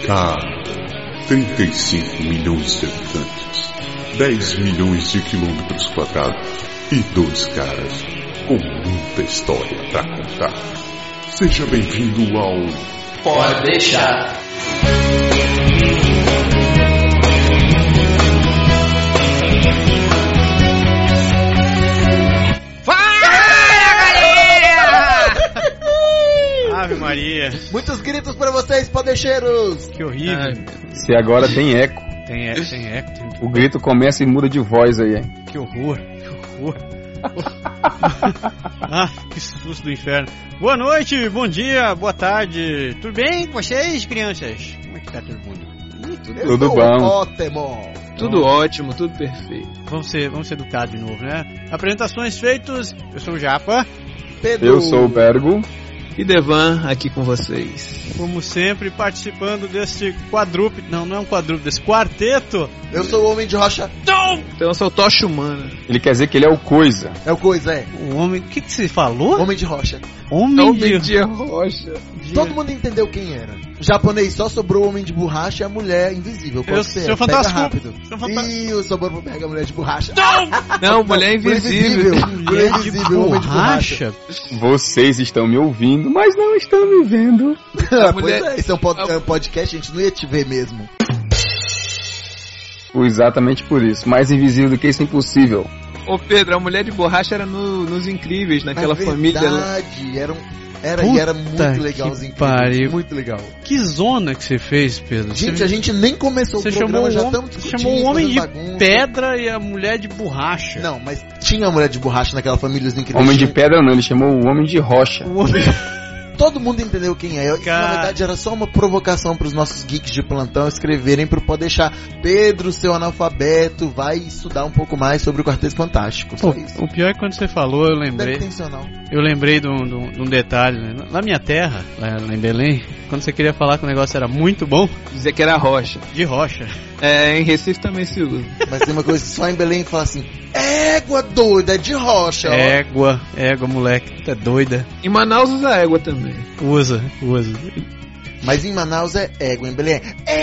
Cara, 35 milhões de habitantes, 10 milhões de quilômetros quadrados e 2 caras com muita história pra contar. Seja bem-vindo ao Pode Deixar. Ave Maria. Muitos gritos pra vocês, podeixeiros. Que horrível. Se agora tem eco. Tem eco. O grito começa e muda de voz aí, hein? Que horror. Ah, que susto do inferno. Boa noite, bom dia, boa tarde. Tudo bem com vocês, crianças? Como é que tá todo mundo? Tudo bom. Ótimo. Tudo ótimo, tudo perfeito. Vamos ser educados de novo, né? Apresentações feitas. Eu sou o Japa. Pedro. Eu sou o Bergo. E Devan aqui com vocês. Como sempre, participando desse quadrúpede. Não é um quadrúpede, desse quarteto. Eu sou o Homem de Rocha. Então eu sou o Tocha Humana. Ele quer dizer que ele é o Coisa. É o Coisa, é. O homem. O que você falou? Homem de Rocha. Homem de Rocha. Todo mundo entendeu quem era. O japonês só sobrou o Homem de Borracha e a Mulher Invisível. Pode ser. Seu Pega Fantástico. rápido. Ih, o sobrou pro Pega a Mulher de Borracha. Não, Mulher Invisível. Mulher Invisível, Homem de Borracha. Vocês estão me ouvindo, mas não estão me vendo. Pois é, isso é um podcast, a gente não ia te ver mesmo. Exatamente por isso. Mais invisível do que isso é impossível. Ô Pedro, a Mulher de Borracha era nos Incríveis, naquela família. Verdade, era muito legalzinho. Pariu. Muito legal. Que zona que você fez, Pedro? Gente, a gente nem começou o programa, já estamos discutindo. Chamou o Homem de bagunça. Pedra e a Mulher de Borracha. Não, mas tinha a Mulher de Borracha naquela família dos Incríveis. Homem de Pedra não, ele chamou o Homem de Rocha. O homem... Todo mundo entendeu quem é. Isso, na verdade, era só uma provocação para os nossos geeks de plantão escreverem para Pode Deixar. Pedro, seu analfabeto, vai estudar um pouco mais sobre o Quarteto Fantástico. Só isso. O pior é que quando você falou, eu lembrei. Eu lembrei de um detalhe. Né? Na minha terra, lá em Belém, quando você queria falar que o negócio era muito bom, dizer que era rocha. De rocha. É, em Recife também se usa. Mas tem uma coisa que só em Belém fala assim: égua doida, é de rocha. Égua, moleque, tá doida. Em Manaus usa égua também. Usa. Mas em Manaus é égua, em Belém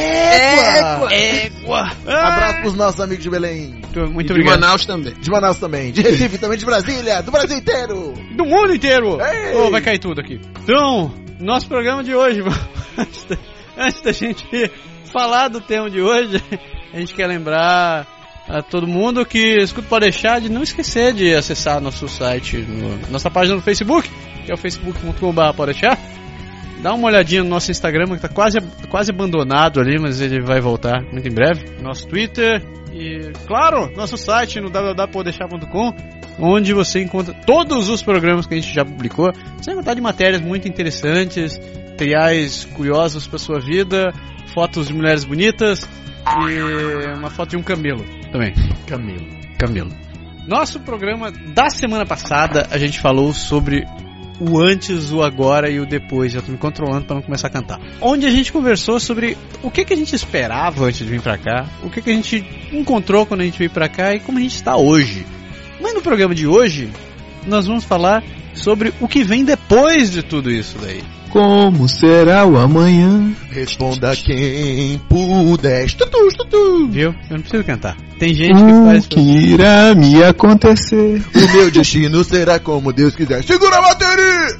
é égua. Abraço pros nossos amigos de Belém. Muito e obrigado. De Manaus também. De Recife também, de Brasília, do Brasil inteiro. Do mundo inteiro. Vai cair tudo aqui. Então, nosso programa de hoje, antes da gente falar do tema de hoje, a gente quer lembrar a todo mundo que escuta Pode Deixar de não esquecer de acessar nosso site, nossa página no Facebook, que é o facebook.com/podeixar. Dá uma olhadinha no nosso Instagram, que está quase abandonado ali, mas ele vai voltar muito em breve. Nosso Twitter e, claro, nosso site no www.podeixar.com, onde você encontra todos os programas que a gente já publicou, sem contar de matérias muito interessantes, materiais curiosos para sua vida, fotos de mulheres bonitas e uma foto de um camelo também. Camelo. Nosso programa da semana passada, a gente falou sobre o antes, o agora e o depois. Eu tô me controlando para não começar a cantar. Onde a gente conversou sobre o que a gente esperava antes de vir pra cá, o que a gente encontrou quando a gente veio pra cá e como a gente está hoje. Mas no programa de hoje, nós vamos falar sobre o que vem depois de tudo isso daí. Como será o amanhã? Responda quem puder. Viu? Eu não preciso cantar. Tem gente que faz... O que irá me acontecer? O meu destino será como Deus quiser. Segura a bateria!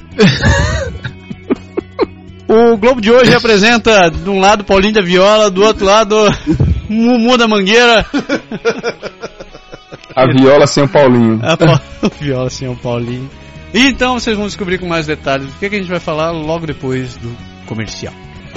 O Globo de hoje apresenta de um lado Paulinho da Viola, do outro lado Mumu da Mangueira. A viola sem o Paulinho. A viola sem o Paulinho. E então vocês vão descobrir com mais detalhes o que a gente vai falar logo depois do comercial.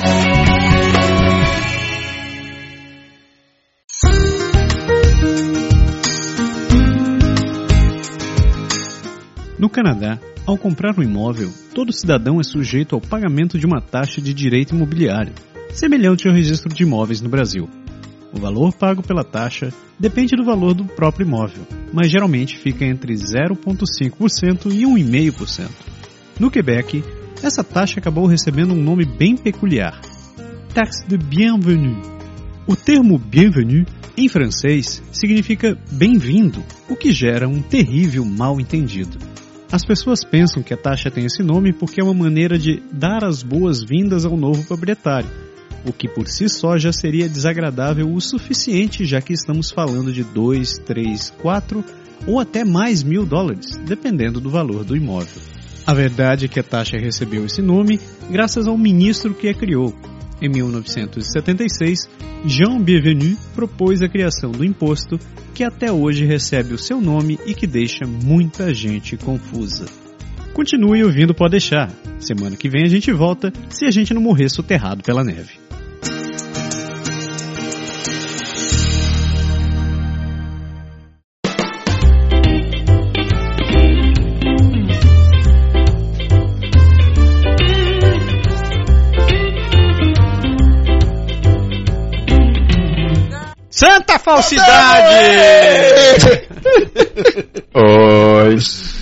No Canadá, ao comprar um imóvel, todo cidadão é sujeito ao pagamento de uma taxa de direito imobiliário, semelhante ao registro de imóveis no Brasil. O valor pago pela taxa depende do valor do próprio imóvel, mas geralmente fica entre 0,5% e 1,5%. No Quebec, essa taxa acabou recebendo um nome bem peculiar: taxe de bienvenue. O termo bienvenue, em francês, significa bem-vindo, o que gera um terrível mal-entendido. As pessoas pensam que a taxa tem esse nome porque é uma maneira de dar as boas-vindas ao novo proprietário, o que por si só já seria desagradável o suficiente, já que estamos falando de 2, 3, 4 ou até mais $1.000, dependendo do valor do imóvel. A verdade é que a taxa recebeu esse nome graças ao ministro que a criou. Em 1976, Jean Bienvenu propôs a criação do imposto, que até hoje recebe o seu nome e que deixa muita gente confusa. Continue ouvindo Pode Deixar. Semana que vem a gente volta, se a gente não morrer soterrado pela neve. Santa falsidade! Oi.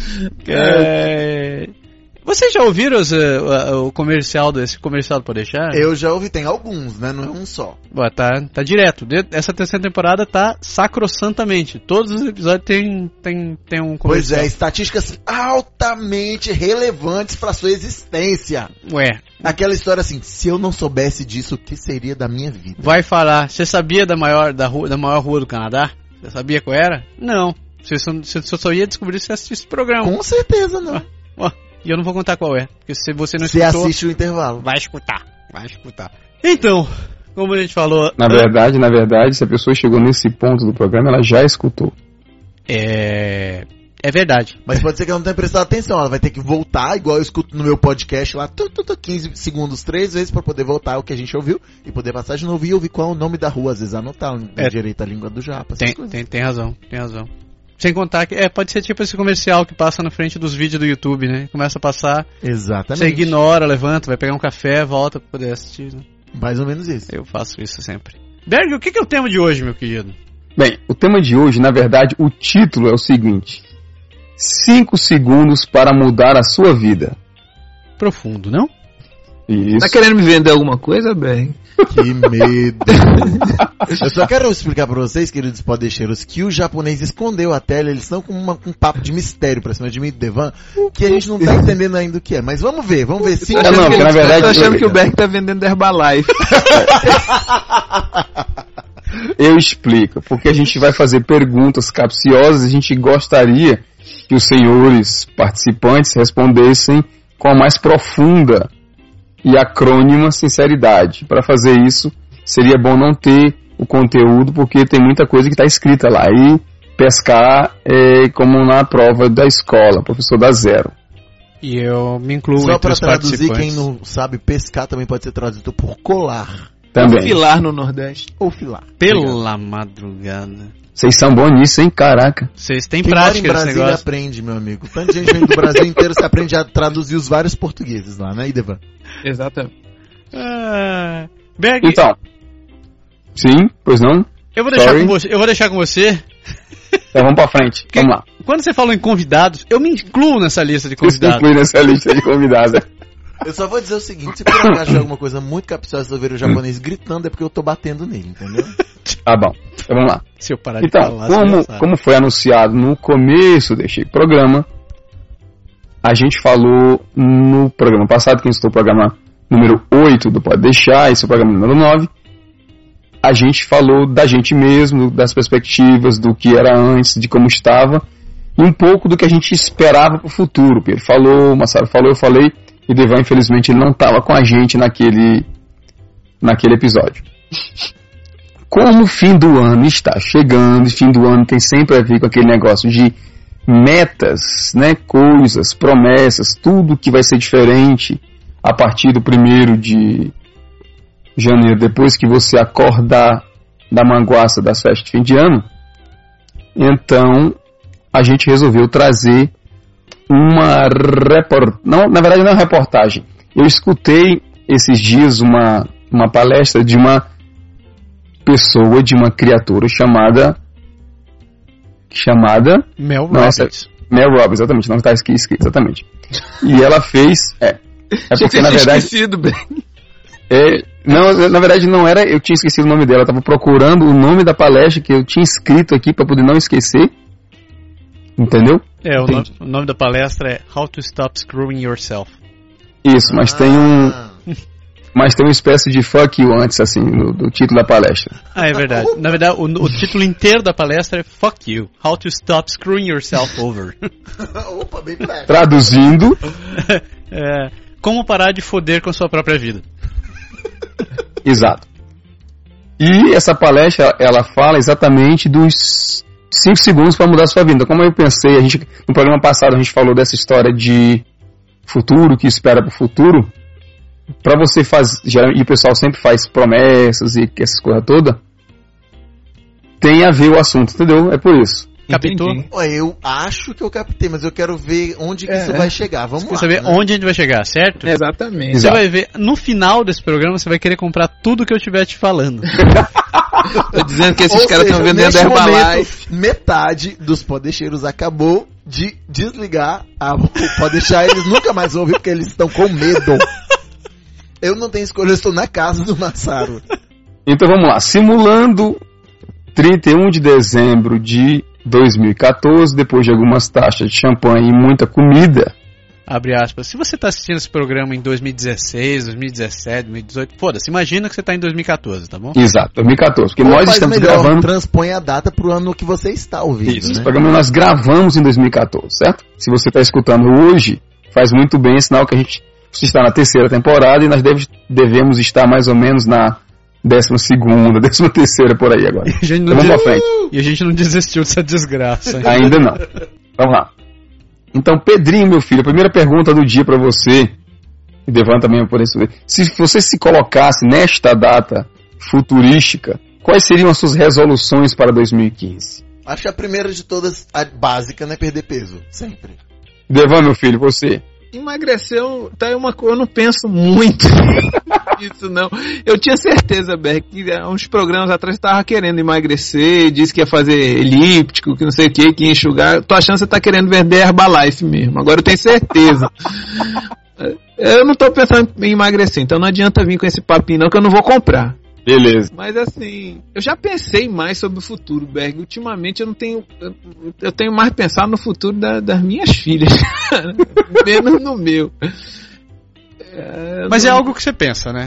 Vocês já ouviram o comercial desse comercial do Pode Deixar? Eu já ouvi, tem alguns, né? Não é um só. Tá direto. Essa terceira temporada tá sacrossantamente. Todos os episódios tem um comercial. Pois é, estatísticas altamente relevantes pra sua existência. Ué. Aquela história assim, se eu não soubesse disso, o que seria da minha vida? Vai falar, você sabia da maior rua do Canadá? Você sabia qual era? Não. Você só ia descobrir se assistisse esse programa. Com certeza não. E eu não vou contar qual é, porque se você não escutou... Você assiste o intervalo. Vai escutar. Então, como a gente falou... Na verdade, se a pessoa chegou nesse ponto do programa, ela já escutou. É verdade. Mas pode ser que ela não tenha prestado atenção, ela vai ter que voltar, igual eu escuto no meu podcast lá, 15 segundos 3 vezes pra poder voltar o que a gente ouviu, e poder passar de novo e ouvir qual é o nome da rua, às vezes anotar, direito a língua do japa. Tem razão. Sem contar que pode ser tipo esse comercial que passa na frente dos vídeos do YouTube, né? Começa a passar. Exatamente. Você ignora, levanta, vai pegar um café, volta pra poder assistir, né? Mais ou menos isso. Eu faço isso sempre. Berg, o que é o tema de hoje, meu querido? Bem, o tema de hoje, na verdade, o título é o seguinte: 5 segundos para mudar a sua vida. Profundo, não? Isso. Tá querendo me vender alguma coisa, Berg? Que medo. Eu só quero explicar pra vocês, queridos podeixeiros, que o japonês escondeu a tela. Eles estão com um papo de mistério pra cima de mim e do Devan, que a gente não tá entendendo ainda o que é. Mas vamos ver. 5 porque na verdade... Eu tô achando que o Berg tá vendendo Herbalife. Eu explico, porque a gente vai fazer perguntas capciosas e a gente gostaria que os senhores participantes respondessem com a mais profunda e acrônima sinceridade. Para fazer isso, seria bom não ter o conteúdo, porque tem muita coisa que está escrita lá. E pescar é como na prova da escola, o professor dá 0. E eu me incluo só entre os traduzir, participantes. quem não sabe, pescar também pode ser traduzido por colar. Também. Ou filar no Nordeste. Ou filar. Pela madrugada. Vocês são bons nisso, hein? Caraca. Vocês têm quem prática mora em nesse Brasília negócio. aprende, meu amigo. Tanta gente vem do Brasil inteiro, você aprende a traduzir os vários portugueses lá, né, Idevan? Exatamente. Berg, Então. Sim, pois não? eu vou deixar com você. Então vamos pra frente. Vamos lá. Quando você falou em convidados, eu me incluo nessa lista de Você convidados. inclui nessa lista de convidados. Eu só vou dizer o seguinte, se por acaso tiver alguma coisa muito capciosa eu ver o japonês gritando, é porque eu tô batendo nele, entendeu? Tá bom, então vamos lá. Se eu parar de Então, falar, você já sabe. como foi anunciado no começo deste programa, a gente falou no programa passado, quem escutou o programa número 8 do Pode Deixar, esse é o programa número 9, a gente falou da gente mesmo, das perspectivas, do que era antes, de como estava, e um pouco do que a gente esperava para o futuro. Pedro falou, o Massaro falou, eu falei, e Devan, infelizmente, ele não estava com a gente naquele episódio. Como o fim do ano está chegando, e fim do ano tem sempre a ver com aquele negócio de metas, né, coisas, promessas, tudo que vai ser diferente a partir do 1º de janeiro, depois que você acordar da manguaça das festas de fim de ano. Então, a gente resolveu trazer uma não, na verdade não é uma reportagem. Eu escutei esses dias uma palestra de uma pessoa, de uma criatura chamada Mel Robbins. Mel Robbins, exatamente, não está escrito, exatamente. E ela fez... porque na verdade... esquecido, bem. Não, na verdade não era, eu tinha esquecido o nome dela, eu estava procurando o nome da palestra que eu tinha escrito aqui para poder não esquecer. Entendeu? O nome da palestra é How to Stop Screwing Yourself. Isso, mas tem um... Mas tem uma espécie de fuck you antes, assim, do título da palestra. Ah, é verdade. Na verdade, o título inteiro da palestra é Fuck You, How to Stop Screwing Yourself Over. Opa, bem perto. Traduzindo... como parar de foder com a sua própria vida. Exato. E essa palestra, ela fala exatamente dos 5 segundos para mudar a sua vida. Então, como eu pensei, no programa passado a gente falou dessa história de futuro, que espera para o futuro. Para você fazer, e o pessoal sempre faz promessas e essas coisas todas, tem a ver o assunto, entendeu? É por isso. Captou? Eu acho que eu captei, mas eu quero ver onde que isso vai chegar. Vamos lá. Você saber onde a gente vai chegar, certo? Exatamente. Você vai ver, no final desse programa, você vai querer comprar tudo que eu estiver te falando. Tô dizendo que esses caras estão vendendo Herbalife. Metade dos podeixeiros acabou de desligar o Podeixar, eles nunca mais ouvem porque eles estão com medo. Eu não tenho escolha, eu estou na casa do Massaro. Então vamos lá, simulando 31 de dezembro de 2014, depois de algumas taxas de champanhe e muita comida. Abre aspas. Se você está assistindo esse programa em 2016, 2017, 2018, foda-se, imagina que você está em 2014, tá bom? Exato, 2014, porque nós estamos gravando... Transpõe a data pro ano que você está ouvindo, Isso, né? Esse programa nós gravamos em 2014, certo? Se você está escutando hoje, faz muito bem, é sinal que você está na 3ª temporada e nós devemos estar mais ou menos na 12ª, 13ª por aí agora. Então vamos pra frente. E a gente não desistiu dessa desgraça. Ainda não. Vamos lá. Então, Pedrinho, meu filho, a primeira pergunta do dia pra você, e Devan também por isso. Se você se colocasse nesta data futurística, quais seriam as suas resoluções para 2015? Acho que a primeira de todas, a básica, né? Perder peso. Sempre. Devan, meu filho, você. Emagreceu, tá uma coisa, eu não penso muito nisso não. Eu tinha certeza, Berg, que há uns programas atrás estava querendo emagrecer, disse que ia fazer elíptico, que não sei o que ia enxugar. Tô achando que você tá querendo vender Herbalife mesmo. Agora eu tenho certeza. Eu não tô pensando em emagrecer, então não adianta vir com esse papinho não, que eu não vou comprar. Beleza. Mas assim, eu já pensei mais sobre o futuro, Berg. Ultimamente eu não tenho. Eu tenho mais pensado no futuro das minhas filhas. Menos no meu. Mas não... é algo que você pensa, né?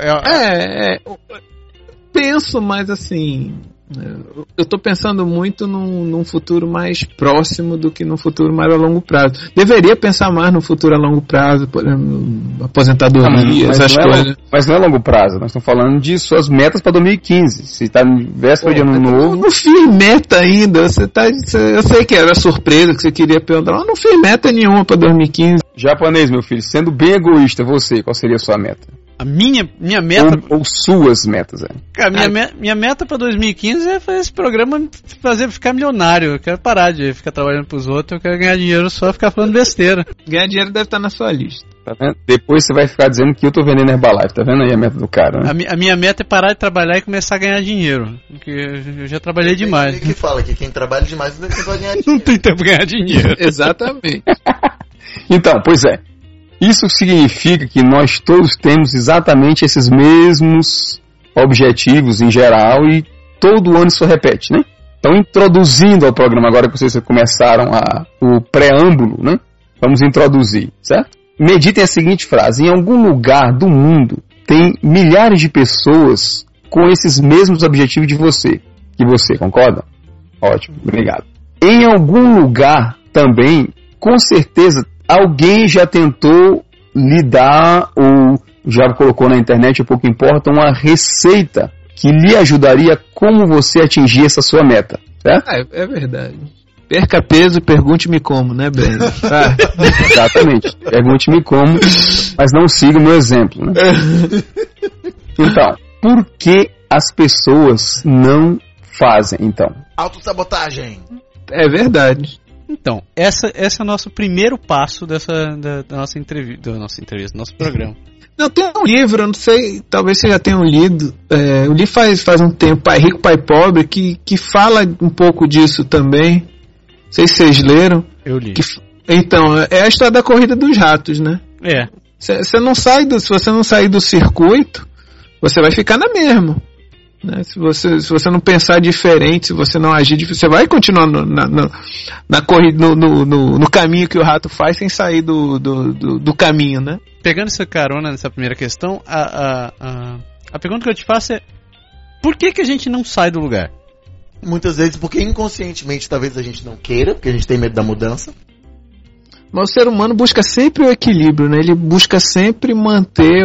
Penso, mas assim. Eu tô pensando muito num futuro mais próximo do que num futuro mais a longo prazo. Deveria pensar mais no futuro a longo prazo, por exemplo, aposentadoria, essas coisas. Mas não é longo prazo, nós estamos falando de suas metas para 2015. Se está em véspera de ano novo. Não fiz meta ainda. Eu sei que era surpresa que você queria perguntar, mas não fiz meta nenhuma para 2015. Japonês, meu filho, sendo bem egoísta, você, qual seria a sua meta? A minha meta... Ou suas metas, Cara, minha meta pra 2015 é fazer esse programa ficar milionário. Eu quero parar de ficar trabalhando pros outros, eu quero ganhar dinheiro só ficar falando besteira. Ganhar dinheiro deve estar na sua lista. Tá vendo? Depois você vai ficar dizendo que eu tô vendendo Herbalife, tá vendo aí a meta do cara, né? A minha meta é parar de trabalhar e começar a ganhar dinheiro. Porque eu já trabalhei demais. Ele que fala que quem trabalha demais não tem tempo pra ganhar dinheiro. Não tem tempo pra ganhar dinheiro. Exatamente. Então, pois é. Isso significa que nós todos temos exatamente esses mesmos objetivos em geral e todo ano isso repete, né? Então, introduzindo ao programa, agora que vocês começaram o preâmbulo, né? Vamos introduzir, certo? Meditem a seguinte frase: em algum lugar do mundo tem milhares de pessoas com esses mesmos objetivos de você. E você, concorda? Ótimo, obrigado. Em algum lugar também, com certeza, alguém já tentou lhe dar ou já colocou na internet, pouco importa, uma receita que lhe ajudaria como você atingir essa sua meta, certo? É verdade. Perca peso e pergunte-me como, né, Ben? Exatamente. Pergunte-me como, mas não siga o meu exemplo, né? Então, por que as pessoas não fazem, então? Autossabotagem. É verdade. Então, esse é o nosso primeiro passo da nossa entrevista, do nosso programa. Não, tem um livro, eu não sei, talvez você já tenha lido, eu li faz um tempo, Pai Rico, Pai Pobre, que fala um pouco disso também. Não sei se vocês leram. Eu li. Então, é a história da corrida dos ratos, né? É. Se você não sair do circuito, você vai ficar na mesma. né? Se você não pensar diferente, se você não agir diferente, você vai continuar na corrida, no caminho que o rato faz sem sair do caminho, né? Pegando essa carona nessa primeira questão, a pergunta que eu te faço é: por que a gente não sai do lugar? Muitas vezes porque inconscientemente talvez a gente não queira, porque a gente tem medo da mudança. Mas o ser humano busca sempre o equilíbrio, né? Ele busca sempre manter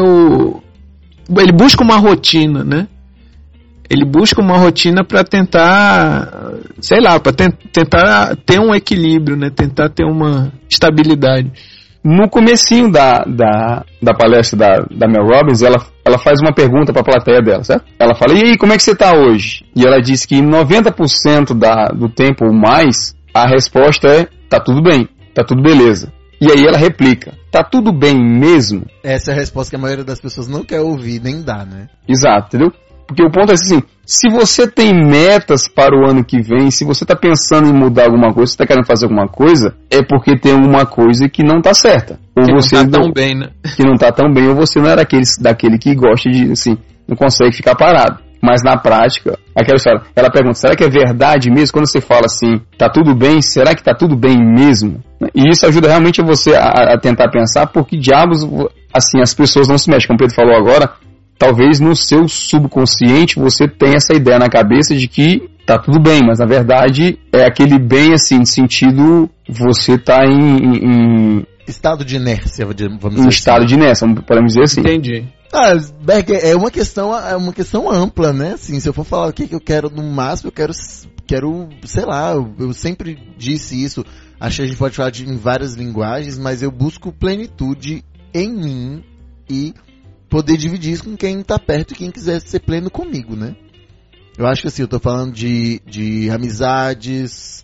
ele busca uma rotina, né? Ele busca uma rotina para tentar, sei lá, para tentar ter um equilíbrio, né? Tentar ter uma estabilidade. No comecinho da palestra da Mel Robbins, ela faz uma pergunta para a plateia dela, certo? Ela fala: e aí, como é que você está hoje? E ela diz que 90% do tempo ou mais, a resposta é: tá tudo bem, tá tudo beleza. E aí ela replica: tá tudo bem mesmo? Essa é a resposta que a maioria das pessoas não quer ouvir, nem dá, né? Exato, entendeu? Porque o ponto é assim: se você tem metas para o ano que vem, se você está pensando em mudar alguma coisa, se está querendo fazer alguma coisa, é porque tem alguma coisa que não está certa. Ou que você não está tão bem, né? Que não está tão bem, ou você não era daquele que gosta de, assim, não consegue ficar parado. Mas na prática, aquela história, ela pergunta: será que é verdade mesmo? Quando você fala assim, tá tudo bem, será que tá tudo bem mesmo? E isso ajuda realmente você a tentar pensar por que diabos, assim, as pessoas não se mexem. Como o Pedro falou agora, talvez no seu subconsciente você tenha essa ideia na cabeça de que tá tudo bem, mas na verdade é aquele bem, assim, no sentido, você tá em estado de inércia, vamos dizer assim. Em estado de inércia, podemos dizer assim. Entendi. Berg, é uma questão ampla, né? Assim, se eu for falar o que eu quero no máximo, eu quero, sei lá, eu sempre disse isso, acho que a gente pode falar em várias linguagens, mas eu busco plenitude em mim e poder dividir isso com quem tá perto e quem quiser ser pleno comigo, né? Eu acho que assim, eu tô falando de amizades,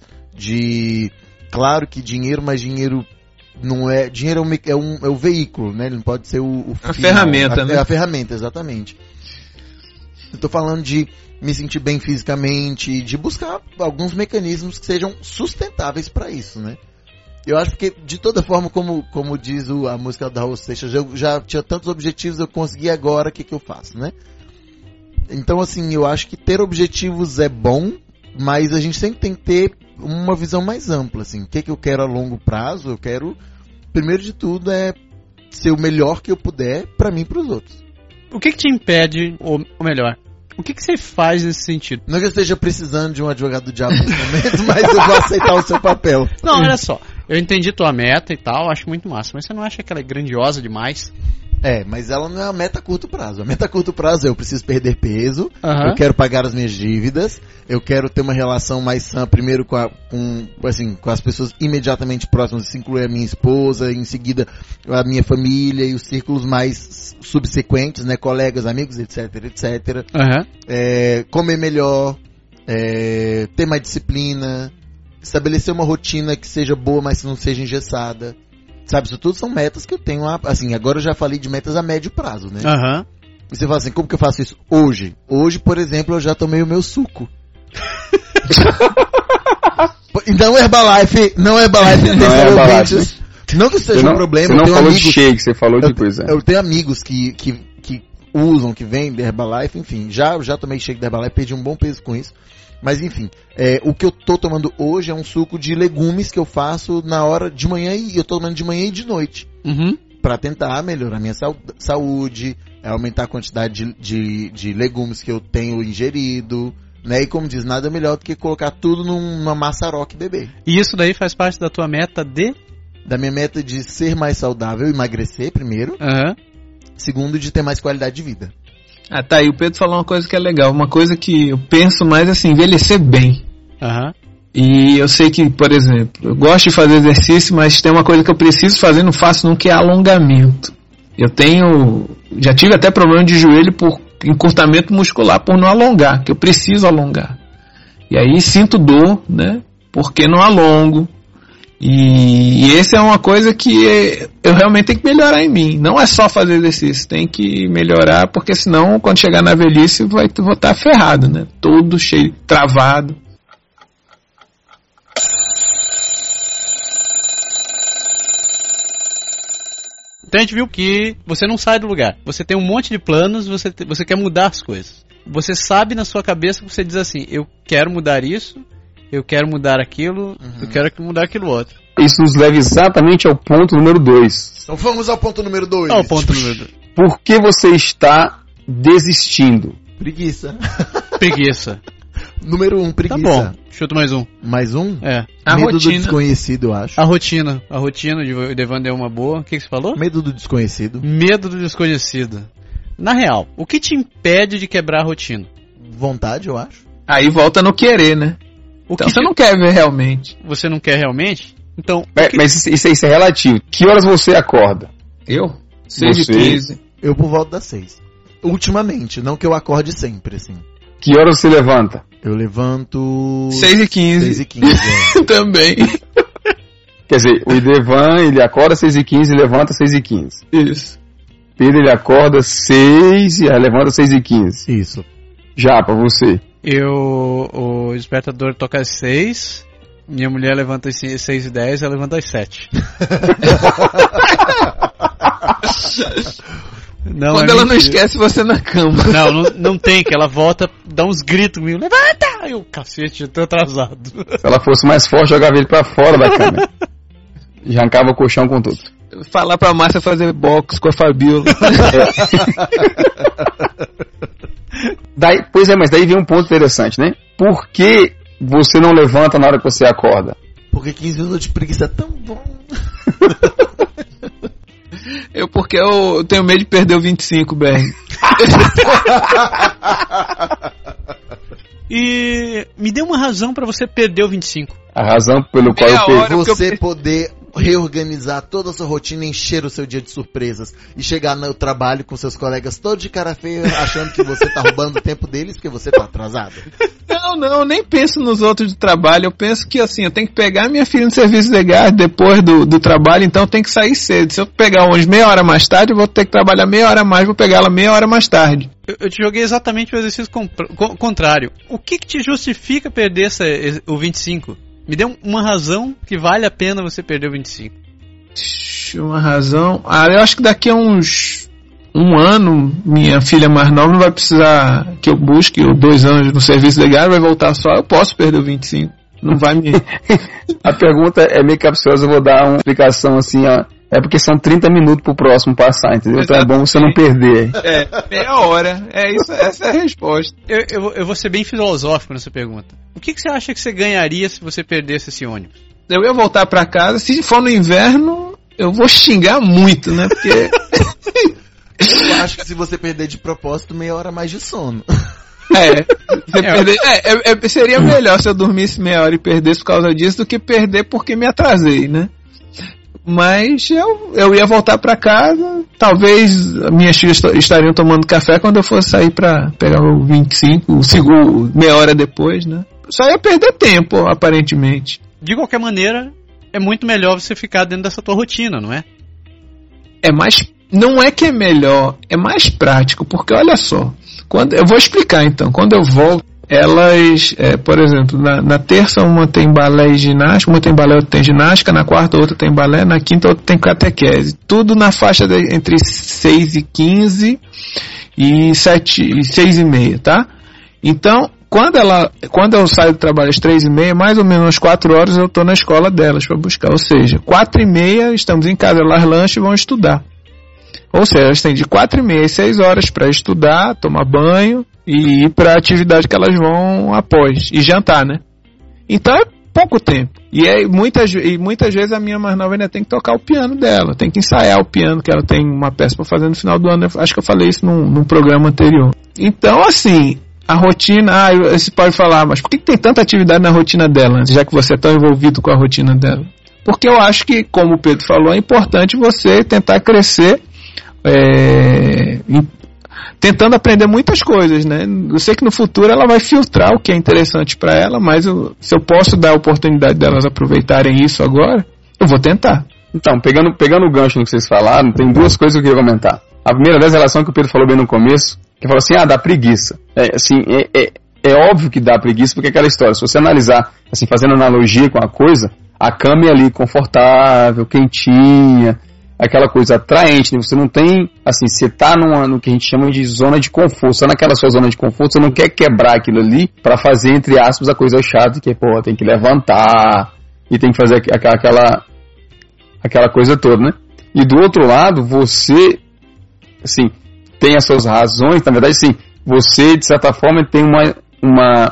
claro que dinheiro, mas dinheiro não é... Dinheiro é o veículo, né? Ele não pode ser a ferramenta, né? É a ferramenta, exatamente. Eu tô falando de me sentir bem fisicamente, de buscar alguns mecanismos que sejam sustentáveis para isso, né? Eu acho que, de toda forma, como diz a música da Raul Seixas, eu já tinha tantos objetivos, eu consegui agora, o que eu faço, né? Então, assim, eu acho que ter objetivos é bom, mas a gente sempre tem que ter uma visão mais ampla, assim. O que eu quero a longo prazo? Eu quero, primeiro de tudo, é ser o melhor que eu puder para mim e para os outros. O que te impede, ou melhor, o que você faz nesse sentido? Não que eu esteja precisando de um advogado do diabo nesse momento, mas eu vou aceitar o seu papel. Não, olha só, eu entendi tua meta e tal, acho muito massa, mas você não acha que ela é grandiosa demais? Mas ela não é a meta a curto prazo. A meta a curto prazo é: eu preciso perder peso, eu quero pagar as minhas dívidas, eu quero ter uma relação mais sã, primeiro com as pessoas imediatamente próximas, isso inclui a minha esposa, em seguida a minha família e os círculos mais subsequentes, né, colegas, amigos, etc, etc. Comer melhor, ter mais disciplina, estabelecer uma rotina que seja boa, mas que não seja engessada. Sabe, isso tudo são metas que eu tenho, assim, agora eu já falei de metas a médio prazo, né? E você fala assim: como que eu faço isso hoje? Hoje, por exemplo, eu já tomei o meu suco. Então, Herbalife, não Herbalife. Não que isso seja um problema. Você não falou de shake, você falou de coisa. Eu tenho amigos que usam, que vendem Herbalife, enfim, já tomei shake da Herbalife, perdi um bom peso com isso. Mas enfim, o que eu tô tomando hoje é um suco de legumes que eu faço na hora de manhã, e eu tô tomando de manhã e de noite. Pra tentar melhorar a minha saúde, aumentar a quantidade de legumes que eu tenho ingerido, né? E como diz, nada melhor do que colocar tudo numa maçaroca e beber. E isso daí faz parte da tua meta da minha meta de ser mais saudável, emagrecer primeiro. Segundo, de ter mais qualidade de vida. Tá aí, o Pedro falou uma coisa que é legal, uma coisa que eu penso mais assim, envelhecer bem. E eu sei que, por exemplo, eu gosto de fazer exercício, mas tem uma coisa que eu preciso fazer, não faço nunca, que é alongamento. Já tive até problema de joelho por encurtamento muscular, por não alongar, que eu preciso alongar. E aí sinto dor, né, porque não alongo. E essa é uma coisa que eu realmente tenho que melhorar em mim. Não é só fazer exercício, tem que melhorar, porque senão quando chegar na velhice vou estar ferrado, né? Todo cheio, travado. Então a gente viu que você não sai do lugar. Você tem um monte de planos, você quer mudar as coisas. você sabe na sua cabeça que você diz assim, eu quero mudar isso, eu quero mudar aquilo, eu quero mudar aquilo outro. Isso nos leva exatamente ao ponto número 2. Então vamos ao ponto número 2. Qual o ponto número 2? Por que você está desistindo? Preguiça. Preguiça. Número 1, preguiça. Tá bom, chuta mais um. Mais um? É. Medo do desconhecido, eu acho. A rotina de Devandel é uma boa. O que você falou? Medo do desconhecido. Medo do desconhecido. Na real, o que te impede de quebrar a rotina? Vontade, eu acho. Aí volta no querer, né? Então você não quer ver realmente. Você não quer realmente? Então. Mas isso é relativo. Que horas você acorda? Eu? 6h15. Eu por volta das 6. Ultimamente, não que eu acorde sempre, assim. Que horas você levanta? Eu levanto... 6h15. 6h15, Também. Quer dizer, o Idevan, ele acorda 6h15 e levanta 6h15. Isso. Pedro, ele acorda 6 e levanta 6h15. Isso. Já, pra você. O despertador toca às 6, minha mulher levanta às 6h10, ela levanta às 7. Não, quando ela não esquece você na cama. Não tem, que ela volta, dá uns gritos meio, levanta! Aí o cacete, eu tô atrasado. Se ela fosse mais forte, jogava ele pra fora da cama. E arrancava o colchão com tudo. Falar pra Márcia fazer box com a Fabiola. Mas daí vem um ponto interessante, né? Por que você não levanta na hora que você acorda? Porque 15 minutos de preguiça é tão bom. Porque eu tenho medo de perder o 25, BR. E me dê uma razão pra você perder o 25. A razão pelo qual eu perdi. Você poder reorganizar toda a sua rotina, encher o seu dia de surpresas e chegar no trabalho com seus colegas todos de cara feia, achando que você tá roubando o tempo deles, porque você tá atrasado. Não, eu nem penso nos outros do trabalho. Eu penso que assim, eu tenho que pegar minha filha no serviço legal depois do trabalho, então eu tenho que sair cedo. Se eu pegar o ônibus meia hora mais tarde, eu vou ter que trabalhar meia hora mais, vou pegar ela meia hora mais tarde. Eu te joguei exatamente o exercício contrário. O que te justifica perder o 25? Me dê uma razão que vale a pena você perder o 25. Uma razão? Eu acho que daqui a uns... um ano, minha filha mais nova não vai precisar que eu busque 2 anos no serviço legal, vai voltar só, eu posso perder o 25. Não vai me... A pergunta é meio capciosa, eu vou dar uma explicação assim, ó. É porque são 30 minutos pro próximo passar, entendeu? Então é bom você não perder. Meia hora. É isso, essa é a resposta. Eu vou ser bem filosófico nessa pergunta. O que você acha que você ganharia se você perdesse esse ônibus? Eu ia voltar pra casa, se for no inverno, eu vou xingar muito, né? Porque... Eu acho que se você perder de propósito, meia hora mais de sono. Seria melhor se eu dormisse meia hora e perdesse por causa disso do que perder porque me atrasei, né? Mas eu ia voltar pra casa, talvez minhas filhas estariam tomando café quando eu fosse sair pra pegar o 25, o segundo, meia hora depois, né? Só ia perder tempo, aparentemente. De qualquer maneira, é muito melhor você ficar dentro dessa tua rotina, não é? Não é que é melhor, é mais prático, porque olha só, eu vou explicar então, quando eu volto, elas, por exemplo, na terça uma tem balé e ginástica, uma tem balé, outra tem ginástica, na quarta outra tem balé, na quinta outra tem catequese, tudo na faixa entre 6h15 e 6h30, tá? Então, quando eu saio do trabalho às 3h30, mais ou menos às 4 horas eu tô na escola delas para buscar, ou seja, 4h30 estamos em casa, elas lancham e vão estudar. Ou seja, elas têm de 4h30 às 6 horas para estudar, tomar banho e ir para a atividade que elas vão após, e jantar, né? Então é pouco tempo. E muitas vezes a minha mais nova ainda tem que tocar o piano dela, tem que ensaiar o piano, que ela tem uma peça para fazer no final do ano. Acho que eu falei isso num programa anterior. Então, assim, a rotina... você pode falar, mas por que tem tanta atividade na rotina dela, já que você é tão envolvido com a rotina dela? Porque eu acho que, como o Pedro falou, é importante você tentar crescer tentando aprender muitas coisas, né? Eu sei que no futuro ela vai filtrar o que é interessante para ela, mas se eu posso dar a oportunidade delas aproveitarem isso agora, eu vou tentar. Então, pegando o gancho no que vocês falaram, tem 2 coisas que eu queria comentar. A primeira delas é a relação que o Pedro falou bem no começo, que falou assim, dá preguiça. É óbvio que dá preguiça, porque é aquela história, se você analisar, assim, fazendo analogia com a coisa, a cama é ali confortável, quentinha, aquela coisa atraente, né? Você não tem, assim, você tá no que a gente chama de zona de conforto, só naquela sua zona de conforto, você não quer quebrar aquilo ali pra fazer, entre aspas, a coisa chata, que, pô, tem que levantar e tem que fazer aquela coisa toda, né? E do outro lado, você, assim, tem as suas razões, na verdade, sim, você, de certa forma, tem uma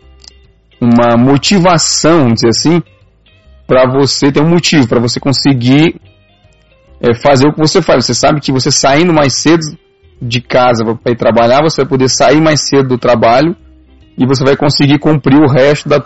motivação, vamos dizer assim, para você ter um motivo, para você conseguir fazer o que você faz. Você sabe que você saindo mais cedo de casa para ir trabalhar, você vai poder sair mais cedo do trabalho e você vai conseguir cumprir o resto das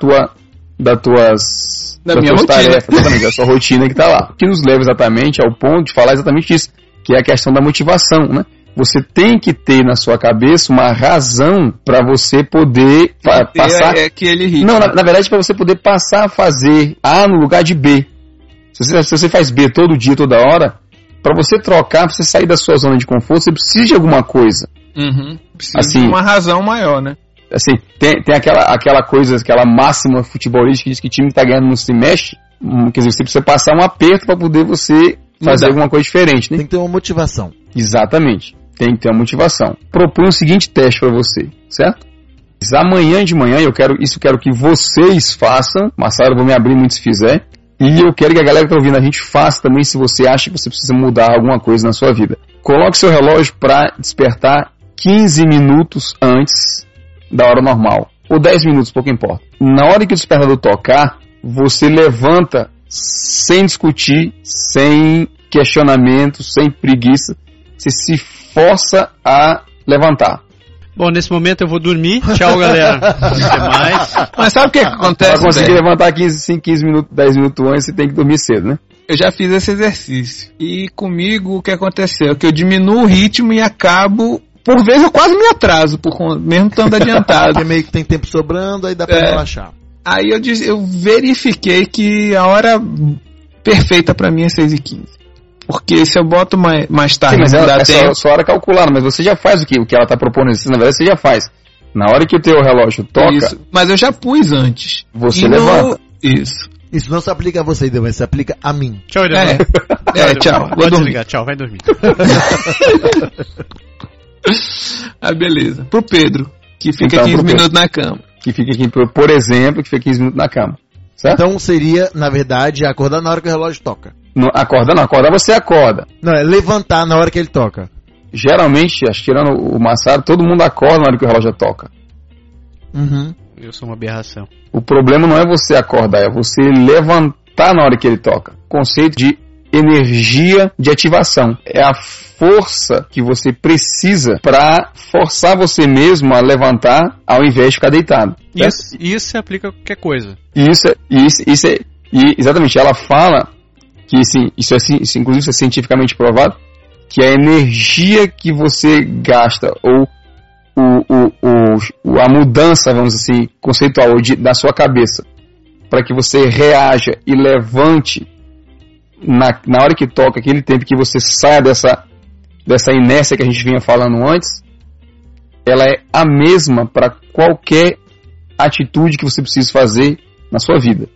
tuas tarefas, exatamente, da sua rotina que está lá. O que nos leva exatamente ao ponto de falar exatamente isso, que é a questão da motivação, né? Você tem que ter na sua cabeça uma razão para você poder passar aquele ritmo. Não, na verdade, para você poder passar a fazer A no lugar de B. Se você faz B todo dia, toda hora, para você trocar, para você sair da sua zona de conforto, você precisa de alguma coisa. Precisa assim, de uma razão maior, né? Assim, tem aquela coisa, aquela máxima futebolística que diz que time que tá ganhando não se mexe. Quer dizer, você precisa passar um aperto para poder você fazer alguma coisa diferente, né? Tem que ter uma motivação. Exatamente. Tem que ter uma motivação. Proponho o seguinte teste para você, certo? Amanhã de manhã, eu quero que vocês façam. Massaro, eu vou me abrir muito se fizer. E eu quero que a galera que está ouvindo a gente faça também, se você acha que você precisa mudar alguma coisa na sua vida. Coloque seu relógio para despertar 15 minutos antes da hora normal. Ou 10 minutos, pouco importa. Na hora que o despertador tocar, você levanta sem discutir, sem questionamento, sem preguiça. Você se força a levantar. Bom, nesse momento eu vou dormir. Tchau, galera. Até mais. Mas sabe o que acontece? Para conseguir levantar 15 minutos, 10 minutos antes, você tem que dormir cedo, né? Eu já fiz esse exercício. E comigo o que aconteceu? Que eu diminuo o ritmo e acabo... Por vezes eu quase me atraso, mesmo estando adiantado. Porque meio que tem tempo sobrando, aí dá pra relaxar. Aí eu verifiquei que a hora perfeita pra mim é 6h15. Porque se eu boto mais tarde... Sim, mas é só hora calculada, mas você já faz o que ela está propondo. Na verdade, você já faz. Na hora que o teu relógio toca... Isso, mas eu já pus antes. Você levanta. Isso. Isso não se aplica a você, mas se aplica a mim. Tchau, tchau. Vou desligar, tchau, vai dormir. Beleza. Pro Pedro, que fica 15 minutos na cama. Que fica aqui, por exemplo, que fica 15 minutos na cama. Certo? Então seria, na verdade, acordar na hora que o relógio toca. Acordar você acorda. Não, é levantar na hora que ele toca. Geralmente, acho que tirando o Massaro, todo mundo acorda na hora que o relógio toca. Eu sou uma aberração. O problema não é você acordar, é você levantar na hora que ele toca. Conceito de energia de ativação. É a força que você precisa para forçar você mesmo a levantar ao invés de ficar deitado. Isso se aplica a qualquer coisa. Exatamente, ela fala que isso inclusive é cientificamente provado, que a energia que você gasta, ou a mudança, vamos dizer assim, conceitual da sua cabeça, para que você reaja e levante na hora que toca, aquele tempo que você saia dessa inércia que a gente vinha falando antes, ela é a mesma para qualquer atitude que você precisa fazer na sua vida.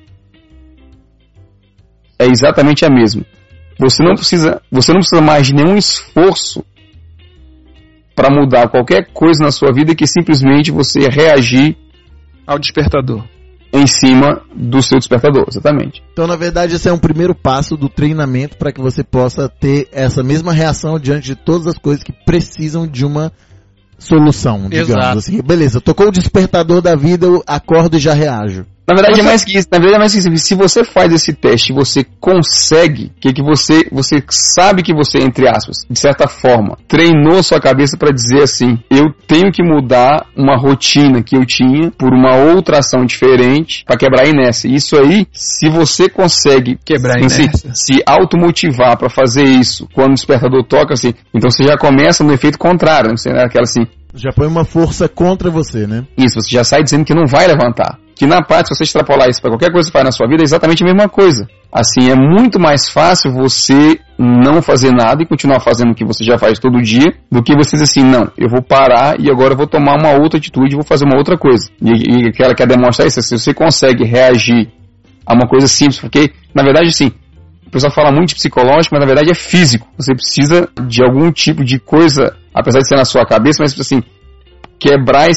É exatamente a mesma. Você não precisa mais de nenhum esforço para mudar qualquer coisa na sua vida, que simplesmente você reagir ao despertador. Em cima do seu despertador, exatamente. Então, na verdade, esse é um primeiro passo do treinamento para que você possa ter essa mesma reação diante de todas as coisas que precisam de uma solução, digamos. Exato. Assim. Beleza, tocou o despertador da vida, eu acordo e já reajo. Na verdade, é mais que isso. Se você faz esse teste, você consegue, que você sabe que você, entre aspas, de certa forma, treinou sua cabeça para dizer assim: eu tenho que mudar uma rotina que eu tinha por uma outra ação diferente para quebrar a inércia. Isso aí, se você consegue quebrar a inércia, se automotivar para fazer isso quando o despertador toca, assim, então você já começa no efeito contrário, não sei, aquela assim. Já põe uma força contra você, né? Isso, você já sai dizendo que não vai levantar. Que na parte, se você extrapolar isso para qualquer coisa que faz na sua vida, é exatamente a mesma coisa. Assim, é muito mais fácil você não fazer nada e continuar fazendo o que você já faz todo dia, do que você dizer assim: não, eu vou parar e agora eu vou tomar uma outra atitude, vou fazer uma outra coisa. E ela quer demonstrar isso, se você consegue reagir a uma coisa simples, porque, na verdade, assim, o pessoal fala muito de psicológico, mas na verdade é físico. Você precisa de algum tipo de coisa, apesar de ser na sua cabeça, mas assim, quebrar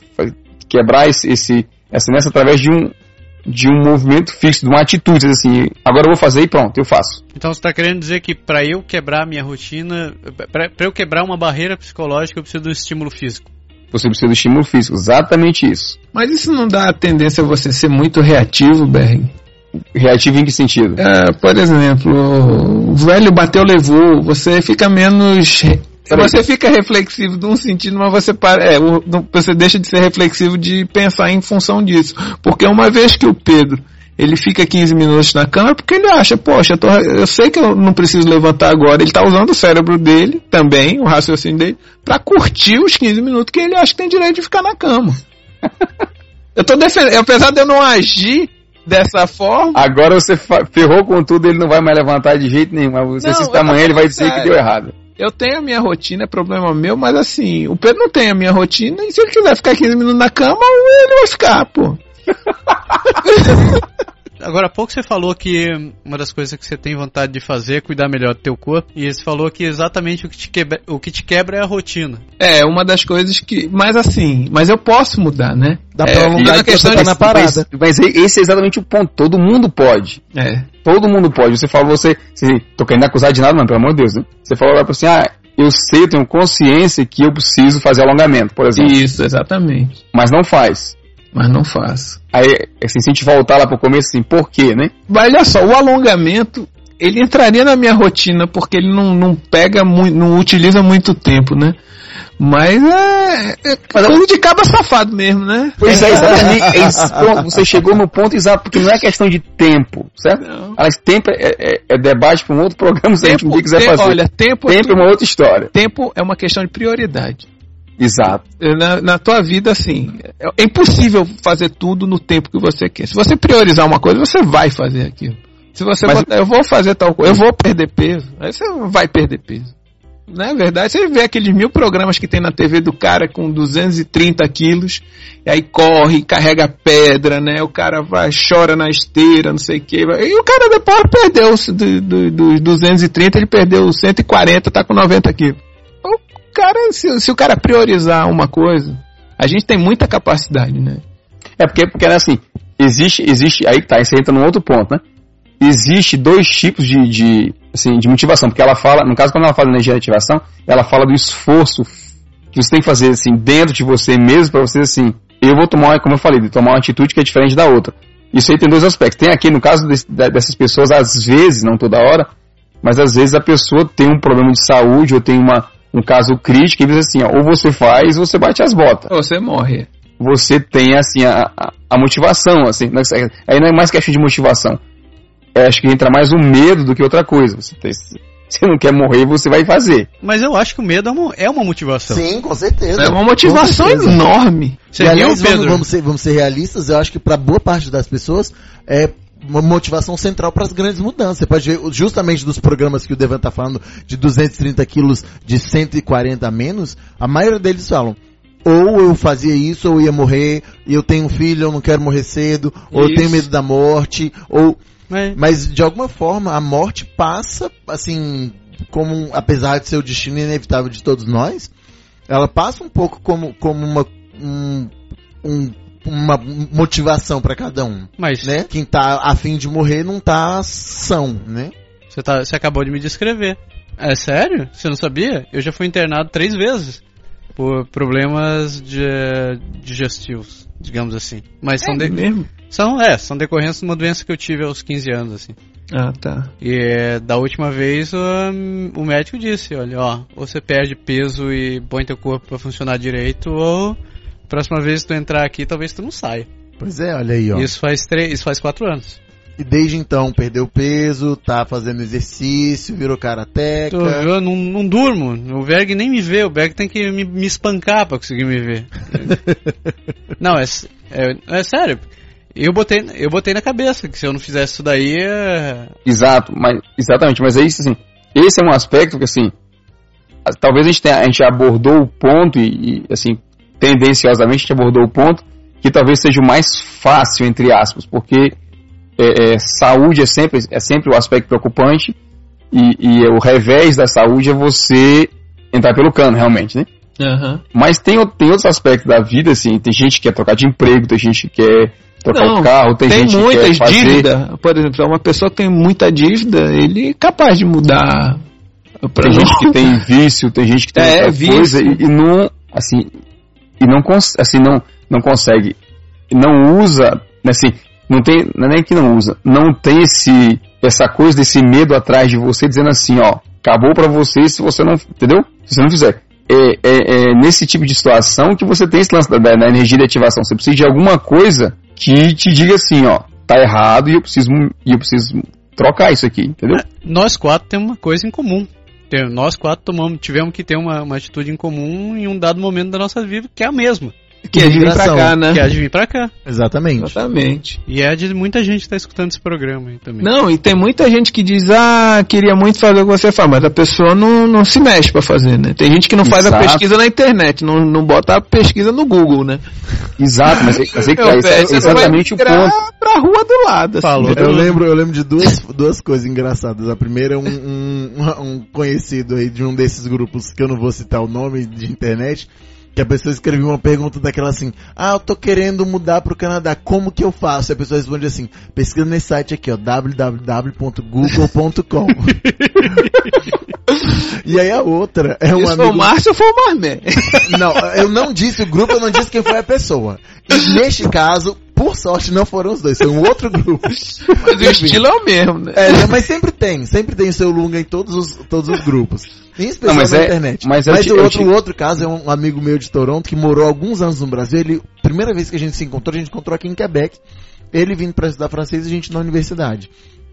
esse nessa através de um movimento fixo, de uma atitude, assim, agora eu vou fazer e pronto, eu faço. Então você está querendo dizer que para eu quebrar a minha rotina, para eu quebrar uma barreira psicológica, eu preciso de um estímulo físico? Você precisa do estímulo físico, exatamente isso. Mas isso não dá a tendência a você ser muito reativo, Berg? Reativo em que sentido? Por exemplo, o velho bateu, levou, você fica menos... Você fica reflexivo num sentido, mas você deixa de ser reflexivo de pensar em função disso. Porque uma vez que o Pedro ele fica 15 minutos na cama, é porque ele acha, poxa, eu sei que eu não preciso levantar agora. Ele está usando o cérebro dele, também, o raciocínio dele, para curtir os 15 minutos que ele acha que tem direito de ficar na cama. Eu tô defendendo, apesar de eu não agir dessa forma... Agora você ferrou com tudo, ele não vai mais levantar de jeito nenhum. Se amanhã ele vai dizer que deu errado. Eu tenho a minha rotina, é problema meu, mas assim, o Pedro não tem a minha rotina, e se ele quiser ficar 15 minutos na cama, ele vai ficar, pô. Agora há pouco você falou que uma das coisas que você tem vontade de fazer é cuidar melhor do teu corpo, e você falou que exatamente o que te quebra é a rotina. É, uma das coisas que... Mas eu posso mudar, né? Dá pra alongar a questão na parada. Mas esse é exatamente o ponto, todo mundo pode. Todo mundo pode. Você falou, tô querendo acusar de nada, não, pelo amor de Deus, né? Você falou agora assim, eu sei, eu tenho consciência que eu preciso fazer alongamento, por exemplo. Isso, exatamente. Mas não faz. Mas não faço. Aí, assim, se a gente voltar lá pro começo, assim, por quê, né? Mas olha só, o alongamento, ele entraria na minha rotina, porque ele não pega muito, não utiliza muito tempo, né? Mas é coisa de cabra safado mesmo, né? Pois é, exatamente. Você chegou no ponto exato, porque não é questão de tempo, certo? Mas tempo é debate para um outro programa, se a gente quiser fazer. Olha, tempo é uma outra história. Tempo é uma questão de prioridade. Exato. Na tua vida, assim, é impossível fazer tudo no tempo que você quer. Se você priorizar uma coisa, você vai fazer aquilo. Se você botar, eu vou fazer tal coisa, eu vou perder peso, aí você vai perder peso. Não é verdade? Você vê aqueles 1000 programas que tem na TV do cara com 230 quilos, e aí corre, carrega pedra, né? O cara vai, chora na esteira, não sei o que. E o cara depois perdeu dos 230, ele perdeu 140, tá com 90 quilos. Cara, se o cara priorizar uma coisa, a gente tem muita capacidade, né? Porque assim, existe, aí tá, isso entra num outro ponto, né? Existe 2 tipos de motivação, porque ela fala, no caso quando ela fala de energia de ativação, ela fala do esforço que você tem que fazer, assim, dentro de você mesmo, para você, assim, eu vou tomar, como eu falei, tomar uma atitude que é diferente da outra. Isso aí tem 2 aspectos. Tem aqui, no caso dessas pessoas, às vezes, não toda hora, mas às vezes a pessoa tem um problema de saúde, ou tem um caso crítico, e diz assim, ou você faz, ou você bate as botas. Ou você morre. Você tem, assim, a motivação, assim, aí não é mais questão de motivação. Acho que entra mais o medo do que outra coisa. Você não quer morrer, você vai fazer. Mas eu acho que o medo é uma motivação. Sim, com certeza. É uma motivação enorme. Você viu, Pedro? Vamos ser realistas, eu acho que para boa parte das pessoas é uma motivação central para as grandes mudanças. Você pode ver justamente dos programas que o Devan está falando de 230 quilos, de 140 a menos, a maioria deles falam, ou eu fazia isso, ou eu ia morrer, e eu tenho um filho, eu não quero morrer cedo, ou eu tenho medo da morte, ou... Mas de alguma forma a morte passa, assim, como, apesar de ser o destino inevitável de todos nós, ela passa um pouco como uma motivação para cada um. Mas, né? Quem tá a fim de morrer não tá são, né? Você acabou de me descrever. É sério? Você não sabia? Eu já fui internado 3 vezes por problemas digestivos, digamos assim. Mas são mesmo? São decorrências de uma doença que eu tive aos 15 anos, assim. Ah, tá. E da última vez o médico disse, olha, ou você perde peso e põe teu corpo pra funcionar direito, ou próxima vez que tu entrar aqui, talvez tu não saia. Pois é, olha aí, ó. Isso faz 4 anos. E desde então perdeu peso, tá fazendo exercício, virou karateca. Eu não durmo, o Berg nem me vê, o Berg tem que me espancar pra conseguir me ver. Não, é sério. Eu botei na cabeça que se eu não fizesse isso daí... Exatamente, mas é isso, assim, esse é um aspecto que, assim, talvez a gente abordou o ponto e assim, tendenciosamente a gente abordou o ponto que talvez seja o mais fácil, entre aspas, porque saúde é sempre o aspecto preocupante, e o revés da saúde é você entrar pelo cano, realmente, né? Uhum. Mas tem outros aspectos da vida, assim, tem gente que quer trocar de emprego, tem gente que quer trocar o carro, tem gente que quer fazer... dívida, por exemplo, uma pessoa que tem muita dívida, ele é capaz de mudar. Tem gente que tem vício, tem gente que tem outra coisa e não, assim, não consegue, não usa, assim, não tem, não é nem que não usa, não tem essa coisa desse medo atrás de você dizendo assim, ó, acabou pra você se você não, entendeu? Se você não fizer. É nesse tipo de situação que você tem esse lance da energia de ativação. Você precisa de alguma coisa que te diga assim, ó, tá errado e eu preciso trocar isso aqui, entendeu? Nós 4 temos uma coisa em comum. Nós 4 tivemos que ter uma atitude em comum em um dado momento da nossa vida, que é a mesma. Que é de vir pra cá, né? Que é de vir pra cá. Exatamente. E é de muita gente que tá escutando esse programa aí também. Não, e tem muita gente que diz, queria muito fazer o que você faz, mas a pessoa não se mexe pra fazer, né? Tem gente que não faz a pesquisa na internet, não bota a pesquisa no Google, né? Exato, mas é exatamente o ponto. Pra rua do lado, assim. Falou. Eu lembro de duas coisas engraçadas. A primeira é um conhecido aí de um desses grupos, que eu não vou citar o nome, de internet, que a pessoa escreveu uma pergunta daquela assim, eu tô querendo mudar pro Canadá, como que eu faço? E a pessoa responde assim, pesquisa nesse site aqui, ó, www.google.com. E aí a outra é um amigo... foi o Márcio ou foi o Marmé? Não, eu não disse o grupo, eu não disse quem foi a pessoa. E neste caso, por sorte, não foram os dois, foi um outro grupo. Mas o estilo é o mesmo, né? Mas sempre tem seu Lunga em todos os grupos. Em especial na internet. Mas o outro caso é um amigo meu de Toronto que morou alguns anos no Brasil. Primeira vez que a gente se encontrou, a gente encontrou aqui em Quebec. Ele vindo para estudar francês e a gente na universidade.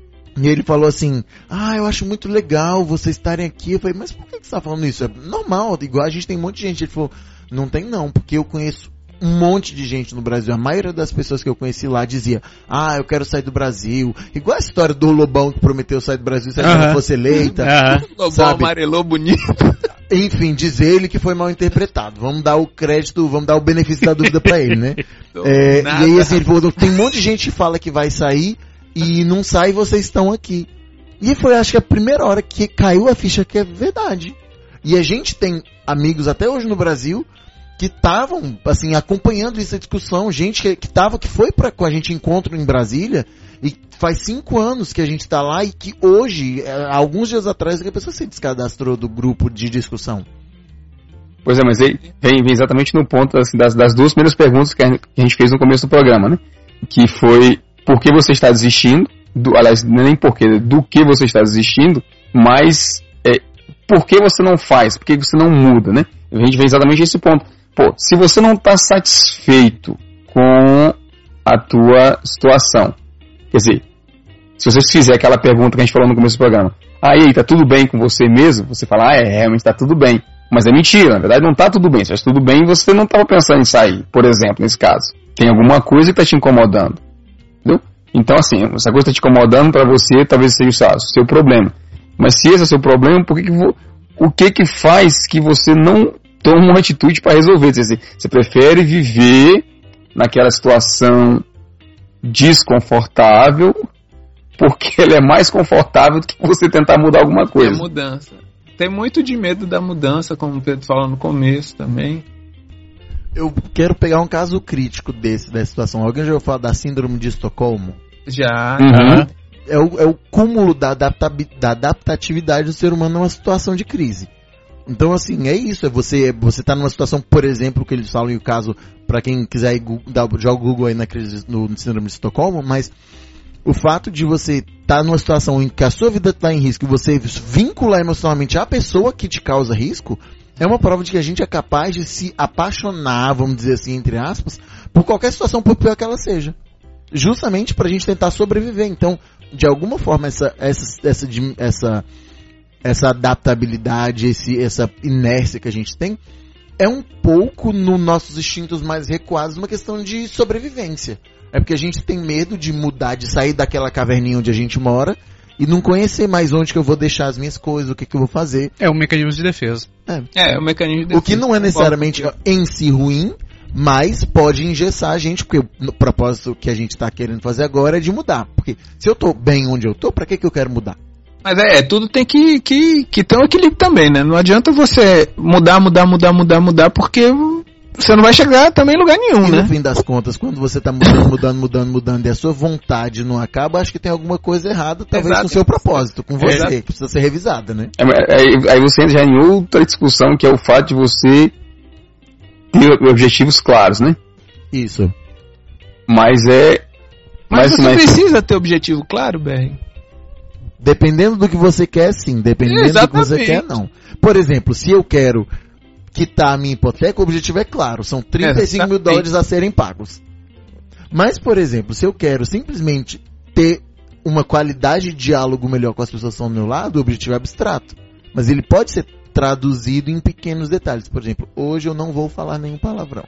E ele falou assim, eu acho muito legal vocês estarem aqui. Eu falei, mas por que você está falando isso? É normal, igual a gente tem um monte de gente. Ele falou, não tem não, porque eu conheço um monte de gente no Brasil. A maioria das pessoas que eu conheci lá dizia, eu quero sair do Brasil. Igual a história do Lobão que prometeu sair do Brasil se ela não fosse eleita. Lobão amarelou bonito. Enfim, diz ele que foi mal interpretado. Vamos dar o crédito, vamos dar o benefício da dúvida pra ele, né? E aí assim, ele falou, tem um monte de gente que fala que vai sair e não sai e vocês estão aqui. E foi, acho que a primeira hora que caiu a ficha que é verdade. E a gente tem amigos até hoje no Brasil que estavam, assim, acompanhando essa discussão, gente que foi com a gente encontro em Brasília, e faz 5 anos que a gente está lá, e que hoje, alguns dias atrás, a pessoa se descadastrou do grupo de discussão. Pois é, mas vem exatamente no ponto, assim, das duas primeiras perguntas que a gente fez no começo do programa, né? Que foi, por que você está desistindo? Aliás, nem porquê, do que você está desistindo, mas por que você não faz? Por que você não muda, né? A gente vê exatamente esse ponto. Se você não está satisfeito com a tua situação, quer dizer, se você fizer aquela pergunta que a gente falou no começo do programa, aí, tá tudo bem com você mesmo? Você fala, realmente tá tudo bem. Mas é mentira, na verdade não tá tudo bem. Se tivesse tudo bem, você não estava pensando em sair, por exemplo, nesse caso. Tem alguma coisa que está te incomodando, entendeu? Então, assim, essa coisa está te incomodando para você, talvez seja o seu problema. Mas se esse é o seu problema, o que faz que você não toma uma atitude para resolver? Quer dizer, você prefere viver naquela situação desconfortável porque ela é mais confortável do que você tentar mudar alguma coisa. É a mudança. Tem muito de medo da mudança, como o Pedro falou no começo também. Eu quero pegar um caso crítico dessa situação. Alguém já ouviu falar da síndrome de Estocolmo? Já. Uhum. É o cúmulo da adaptatividade do ser humano numa situação de crise. Então, assim, é isso. Você tá numa situação, por exemplo, que eles falam, e o caso, para quem quiser jogar o Google aí na crise no síndrome de Estocolmo, mas o fato de você estar numa situação em que a sua vida está em risco e você vincular emocionalmente a pessoa que te causa risco, é uma prova de que a gente é capaz de se apaixonar, vamos dizer assim, entre aspas, por qualquer situação, por pior que ela seja. Justamente pra gente tentar sobreviver. Então, de alguma forma, essa adaptabilidade, essa inércia que a gente tem, é um pouco nos nossos instintos mais recuados, uma questão de sobrevivência. É porque a gente tem medo de mudar, de sair daquela caverninha onde a gente mora e não conhecer mais onde que eu vou deixar as minhas coisas, o que eu vou fazer. É um mecanismo de defesa. É um mecanismo de defesa. O que não é necessariamente em si ruim, Mas pode engessar a gente, porque o propósito que a gente está querendo fazer agora é de mudar. Porque se eu tô bem onde eu tô, pra que eu quero mudar? Mas tudo tem que ter um equilíbrio também, né? Não adianta você mudar, porque você não vai chegar também em lugar nenhum, e né? No fim das contas, quando você tá mudando e a sua vontade não acaba, acho que tem alguma coisa errada, talvez com o seu propósito, com você, que precisa ser revisada, né? Aí você entra já em outra discussão, que é o fato de você ter objetivos claros, né? Isso. Mas você precisa ter objetivo claro, BR? Dependendo do que você quer, sim. Dependendo do que você quer, não. Por exemplo, se eu quero quitar a minha hipoteca, o objetivo é claro. São $35 mil a serem pagos. Mas, por exemplo, se eu quero simplesmente ter uma qualidade de diálogo melhor com as pessoas que estão do meu lado, o objetivo é abstrato. Mas ele pode ser traduzido em pequenos detalhes. Por exemplo, hoje eu não vou falar nenhum palavrão.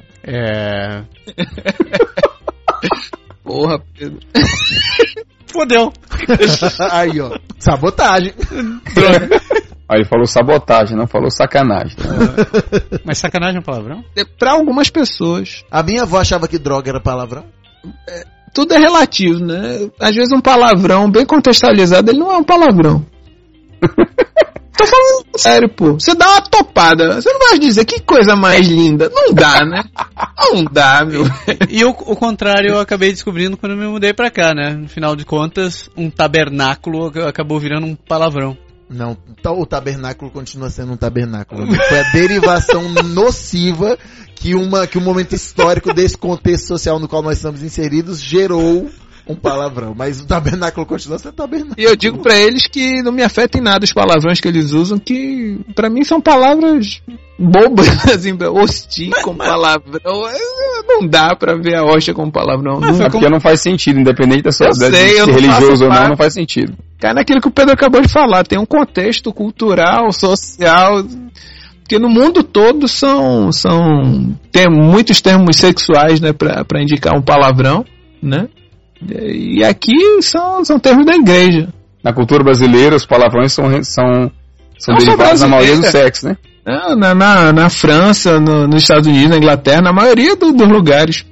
Porra, Pedro. Fodeu. Aí, ó. Sabotagem. Aí ele falou sabotagem, não falou sacanagem. Mas sacanagem é um palavrão? Pra algumas pessoas. A minha avó achava que droga era palavrão. Tudo é relativo, né? Às vezes um palavrão bem contextualizado, ele não é um palavrão. Tô falando sério, pô. Você dá uma topada. Você não vai dizer que coisa mais linda. Não dá, né? Não dá, meu. E o contrário eu acabei descobrindo quando eu me mudei pra cá, né? No final de contas, um tabernáculo acabou virando um palavrão. Não, o tabernáculo continua sendo um tabernáculo. Foi a derivação nociva que um momento histórico desse contexto social no qual nós estamos inseridos gerou um palavrão. Mas o tabernáculo continua sendo tabernáculo. E eu digo pra eles que não me afeta em nada os palavrões que eles usam, que pra mim são palavras bobas, assim, hostia como palavrão. Não dá pra ver a hostia como palavrão. Porque não faz sentido, independente da sua de ser religioso ou não faz sentido. Cara, naquilo que o Pedro acabou de falar, tem um contexto cultural, social, porque no mundo todo tem muitos termos sexuais, né, pra indicar um palavrão, né? E aqui são termos da igreja. Na cultura brasileira, os palavrões são derivados da maioria do sexo, né? Na França, nos Estados Unidos, na Inglaterra, na maioria dos lugares.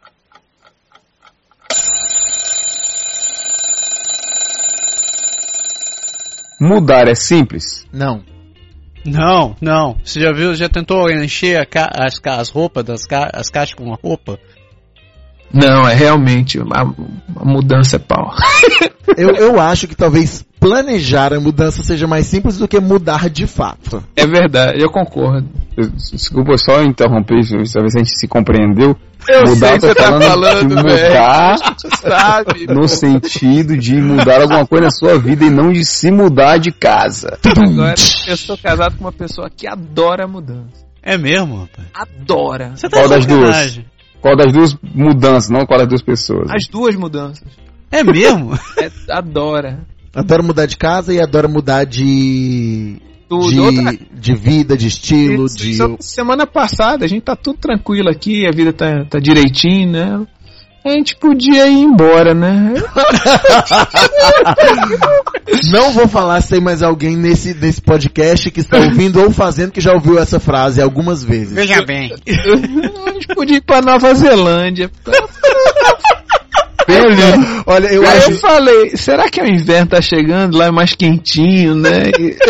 Mudar é simples? Não. Você já tentou encher as roupas, as caixas com uma roupa? Não, é realmente, a mudança é pau. Eu acho que talvez planejar a mudança seja mais simples do que mudar de fato. É verdade, eu concordo. Desculpa só interromper, talvez a gente se compreendeu. Eu mudar, sei que você tá falando, de mudar, sabe? No sentido de mudar alguma coisa na sua vida e não de se mudar de casa. Agora, eu sou casado com uma pessoa que adora mudança. É mesmo, rapaz? Adora. Você tá Qual das duas? Qual das duas mudanças, não qual das duas pessoas? As duas mudanças. É mesmo? Adora. Adora mudar de casa e adora mudar de vida, de estilo. Semana passada, a gente tá tudo tranquilo aqui, a vida tá direitinho, né? A gente podia ir embora, né? Não vou falar se tem mais alguém nesse podcast que está ouvindo ou fazendo que já ouviu essa frase algumas vezes. Veja bem. A gente podia ir pra Nova Zelândia. Olha, eu falei, será que o inverno tá chegando? Lá é mais quentinho, né?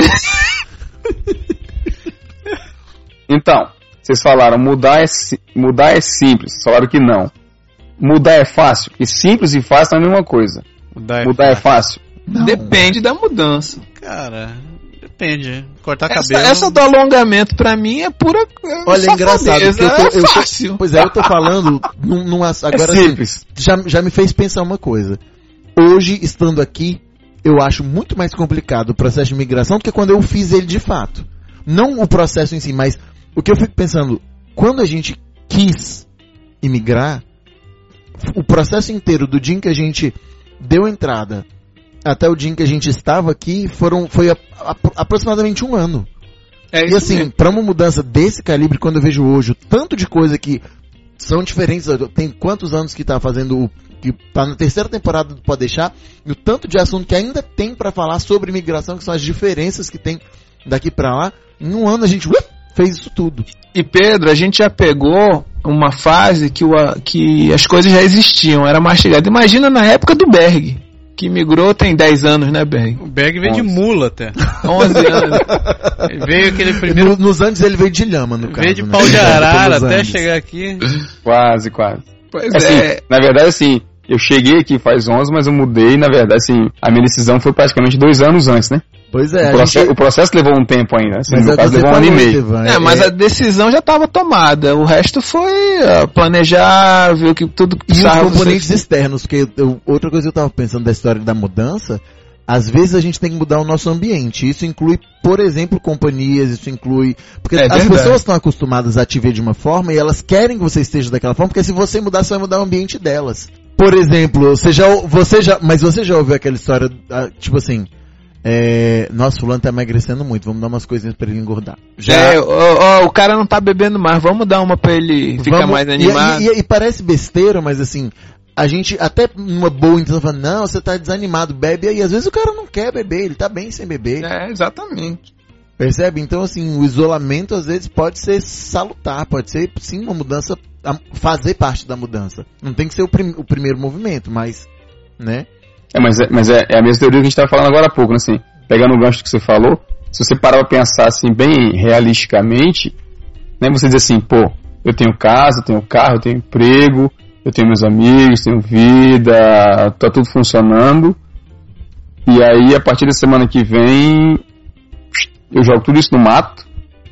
Então, vocês falaram, mudar é simples. Vocês falaram que não. Mudar é fácil. E simples e fácil não é a mesma coisa. Mudar é fácil. Não. Depende da mudança. Cara, depende. Cortar cabelo. Essa do alongamento pra mim é pura. Olha, é engraçado. É fácil. Pois é, eu tô falando. Agora, simples. Assim, já me fez pensar uma coisa. Hoje, estando aqui, eu acho muito mais complicado o processo de migração do que quando eu fiz ele de fato. Não o processo em si, mas o que eu fico pensando, quando a gente quis imigrar, o processo inteiro do dia em que a gente deu entrada até o dia em que a gente estava aqui foi aproximadamente um ano. E assim, para uma mudança desse calibre, quando eu vejo hoje o tanto de coisa que são diferentes, tem quantos anos que tá fazendo, que tá na terceira temporada do Pode Deixar, e o tanto de assunto que ainda tem para falar sobre imigração, que são as diferenças que tem daqui para lá, em um ano a gente fez isso tudo. E Pedro, a gente já pegou uma fase que as coisas já existiam, era mastigado. Imagina na época do Berg, que migrou tem 10 anos, né, Berg? O Berg veio de mula até. 11 anos. Veio aquele primeiro... Nos Andes ele veio de lhama, no caso. Veio de pau de arara até chegar aqui. Quase. Pois assim, é. Na verdade, assim, eu cheguei aqui faz 11, mas eu mudei, na verdade, assim, a minha decisão foi praticamente 2 anos antes, né? Pois é. O processo levou um tempo ainda, assim, mas no caso levou 1 ano e meio. Mas a decisão já estava tomada, o resto foi planejar, ver que tudo... E os componentes externos, porque outra coisa que eu estava pensando da história da mudança, às vezes a gente tem que mudar o nosso ambiente. Isso inclui, por exemplo, companhias, isso inclui... Porque as pessoas estão acostumadas a te ver de uma forma e elas querem que você esteja daquela forma, porque se você mudar, você vai mudar o ambiente delas. Por exemplo, mas você já ouviu aquela história, tipo assim... nossa, fulano tá emagrecendo muito, vamos dar umas coisinhas pra ele engordar. O cara não tá bebendo mais, vamos dar uma pra ele ficar mais animado. E parece besteira, mas assim, a gente até numa boa intenção fala, não, você tá desanimado, bebe aí. Às vezes o cara não quer beber, ele tá bem sem beber. Exatamente. Percebe? Então assim, o isolamento às vezes pode ser salutar, pode ser sim uma mudança, fazer parte da mudança. Não tem que ser o primeiro movimento, mas, né? Mas é a mesma teoria que a gente estava falando agora há pouco, né? Assim, pegando o gancho que você falou, se você parar pra pensar assim, bem realisticamente, né? Você diz assim, pô, eu tenho casa, eu tenho carro, eu tenho emprego, eu tenho meus amigos, tenho vida, tá tudo funcionando, e aí a partir da semana que vem eu jogo tudo isso no mato,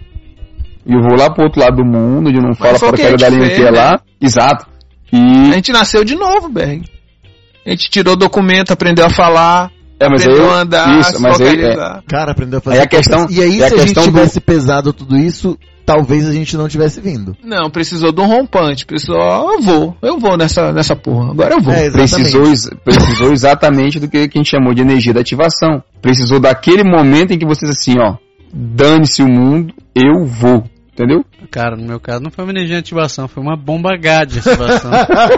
e eu vou lá pro outro lado do mundo, onde não fala para aquela galinha que é lá, exato. E a gente nasceu de novo, Berg. A gente tirou documento, aprendeu a falar, aprendeu a andar, se localizar. Cara, aprendeu a fazer. Aí a questão, e aí, se a gente tivesse pesado tudo isso, talvez a gente não tivesse vindo. Não, precisou de um rompante. Pessoal, eu vou nessa porra. Agora eu vou. Precisou exatamente do que a gente chamou de energia da ativação. Precisou daquele momento em que vocês assim, ó, dane-se o mundo, eu vou. Entendeu? Cara, no meu caso não foi uma energia de ativação, foi uma bomba H de ativação.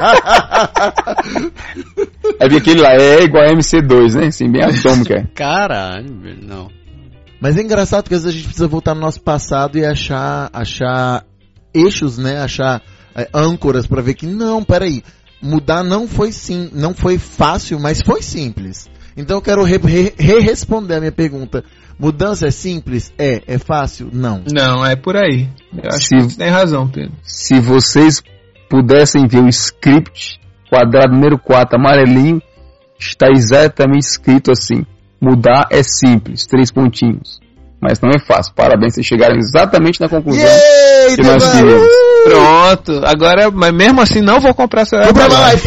É porque aquele lá é igual a MC2, né? Assim, bem atômica. Caralho, não. Mas é engraçado porque às vezes a gente precisa voltar no nosso passado e achar eixos, né? Achar âncoras pra ver que não, peraí. Mudar não foi fácil, mas foi simples. Então eu quero responder a minha pergunta. Mudança é simples? É fácil? Não. Não, é por aí. Eu acho que você tem razão, Pedro. Se vocês pudessem ver o script, quadrado número 4, amarelinho, está exatamente escrito assim. Mudar é simples, 3 pontinhos. Mas não é fácil. Parabéns, vocês chegaram exatamente na conclusão que nós queríamos. Pronto. Agora, mas mesmo assim, não vou comprar essa Herbalife.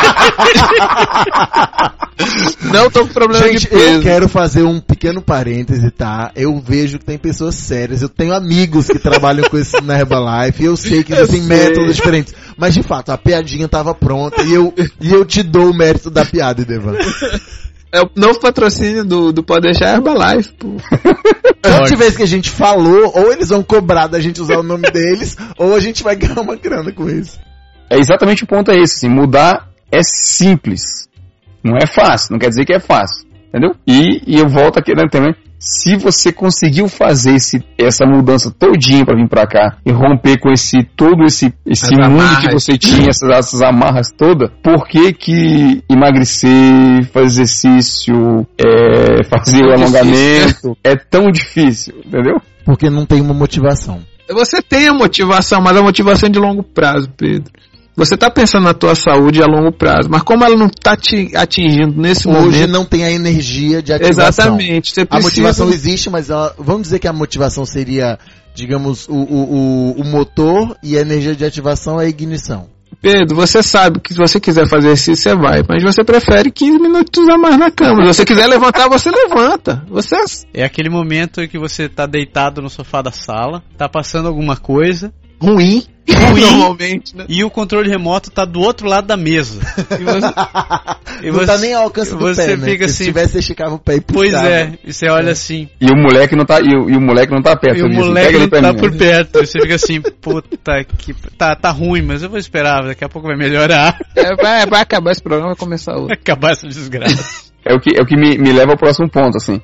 Não tô com problema de peso. Eu quero fazer um pequeno parêntese, tá? Eu vejo que tem pessoas sérias. Eu tenho amigos que trabalham com isso na Herbalife. E eu sei que existem métodos diferentes. Mas, de fato, a piadinha tava pronta. E eu te dou o mérito da piada, Edevan. É o novo patrocínio do Pode Deixar Herbalife, pô. Toda vez que a gente falou, ou eles vão cobrar da gente usar o nome deles, ou a gente vai ganhar uma grana com isso. É exatamente o ponto é esse, assim, mudar é simples. Não é fácil, não quer dizer que é fácil, entendeu? E eu volto aqui também. Se você conseguiu fazer essa mudança todinha pra vir pra cá e romper com todo esse mundo que você tinha, essas amarras todas, por que emagrecer, fazer exercício, fazer o alongamento é tão difícil, entendeu? Porque não tem uma motivação. Você tem a motivação, mas a motivação é de longo prazo, Pedro. Você está pensando na tua saúde a longo prazo, mas como ela não está te atingindo nesse momento... Hoje não tem a energia de ativação. Exatamente. A motivação existe, mas vamos dizer que a motivação seria, digamos, o motor e a energia de ativação é a ignição. Pedro, você sabe que se você quiser fazer exercício, você vai, mas você prefere 15 minutos a mais na cama. Se você quiser levantar, você levanta. É aquele momento em que você está deitado no sofá da sala, está passando alguma coisa... Ruim normalmente, né? E o controle remoto tá do outro lado da mesa. Não tá nem ao alcance do você pé, fica né? assim, se tivesse, você esticava o pé e puxava. Pois é, e você olha assim. E o moleque não tá, e o moleque não tá perto. E o moleque não tá por perto. Você fica assim, puta que... Tá ruim, mas eu vou esperar, daqui a pouco vai melhorar. Vai acabar esse programa e vai começar outro. Vai acabar essa desgraça. É o que me leva ao próximo ponto, assim.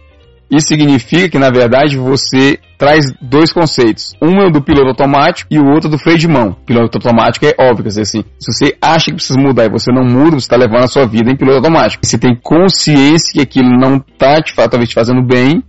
Isso significa que, na verdade, você traz dois conceitos. Um é o do piloto automático e o outro do freio de mão. Piloto automático é óbvio, quer dizer assim, se você acha que precisa mudar e você não muda, você está levando a sua vida em piloto automático. Você tem consciência que aquilo não está talvez te fazendo bem,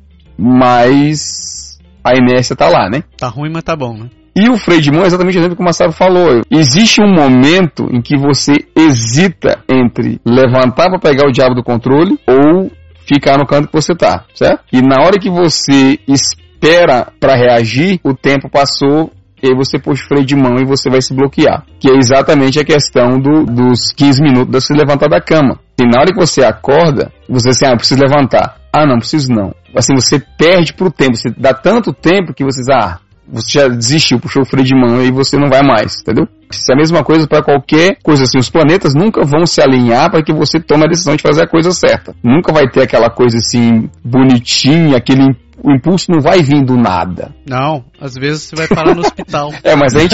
mas a inércia está lá, né? Tá ruim, mas tá bom, né? E o freio de mão é exatamente o exemplo que o Massaro falou. Existe um momento em que você hesita entre levantar para pegar o diabo do controle ou ficar no canto que você tá, certo? E na hora que você espera para reagir, o tempo passou e aí você pôs o freio de mão e você vai se bloquear. Que é exatamente a questão dos 15 minutos de se levantar da cama. E na hora que você acorda, você assim, eu preciso levantar. Não preciso não. Assim, você perde pro tempo. Você dá tanto tempo que você já desistiu, puxou o freio de mão e você não vai mais, entendeu? Isso é a mesma coisa para qualquer coisa assim. Os planetas nunca vão se alinhar para que você tome a decisão de fazer a coisa certa. Nunca vai ter aquela coisa assim, bonitinha, o impulso não vai vir do nada. Não, às vezes você vai parar no hospital. Mas a gente...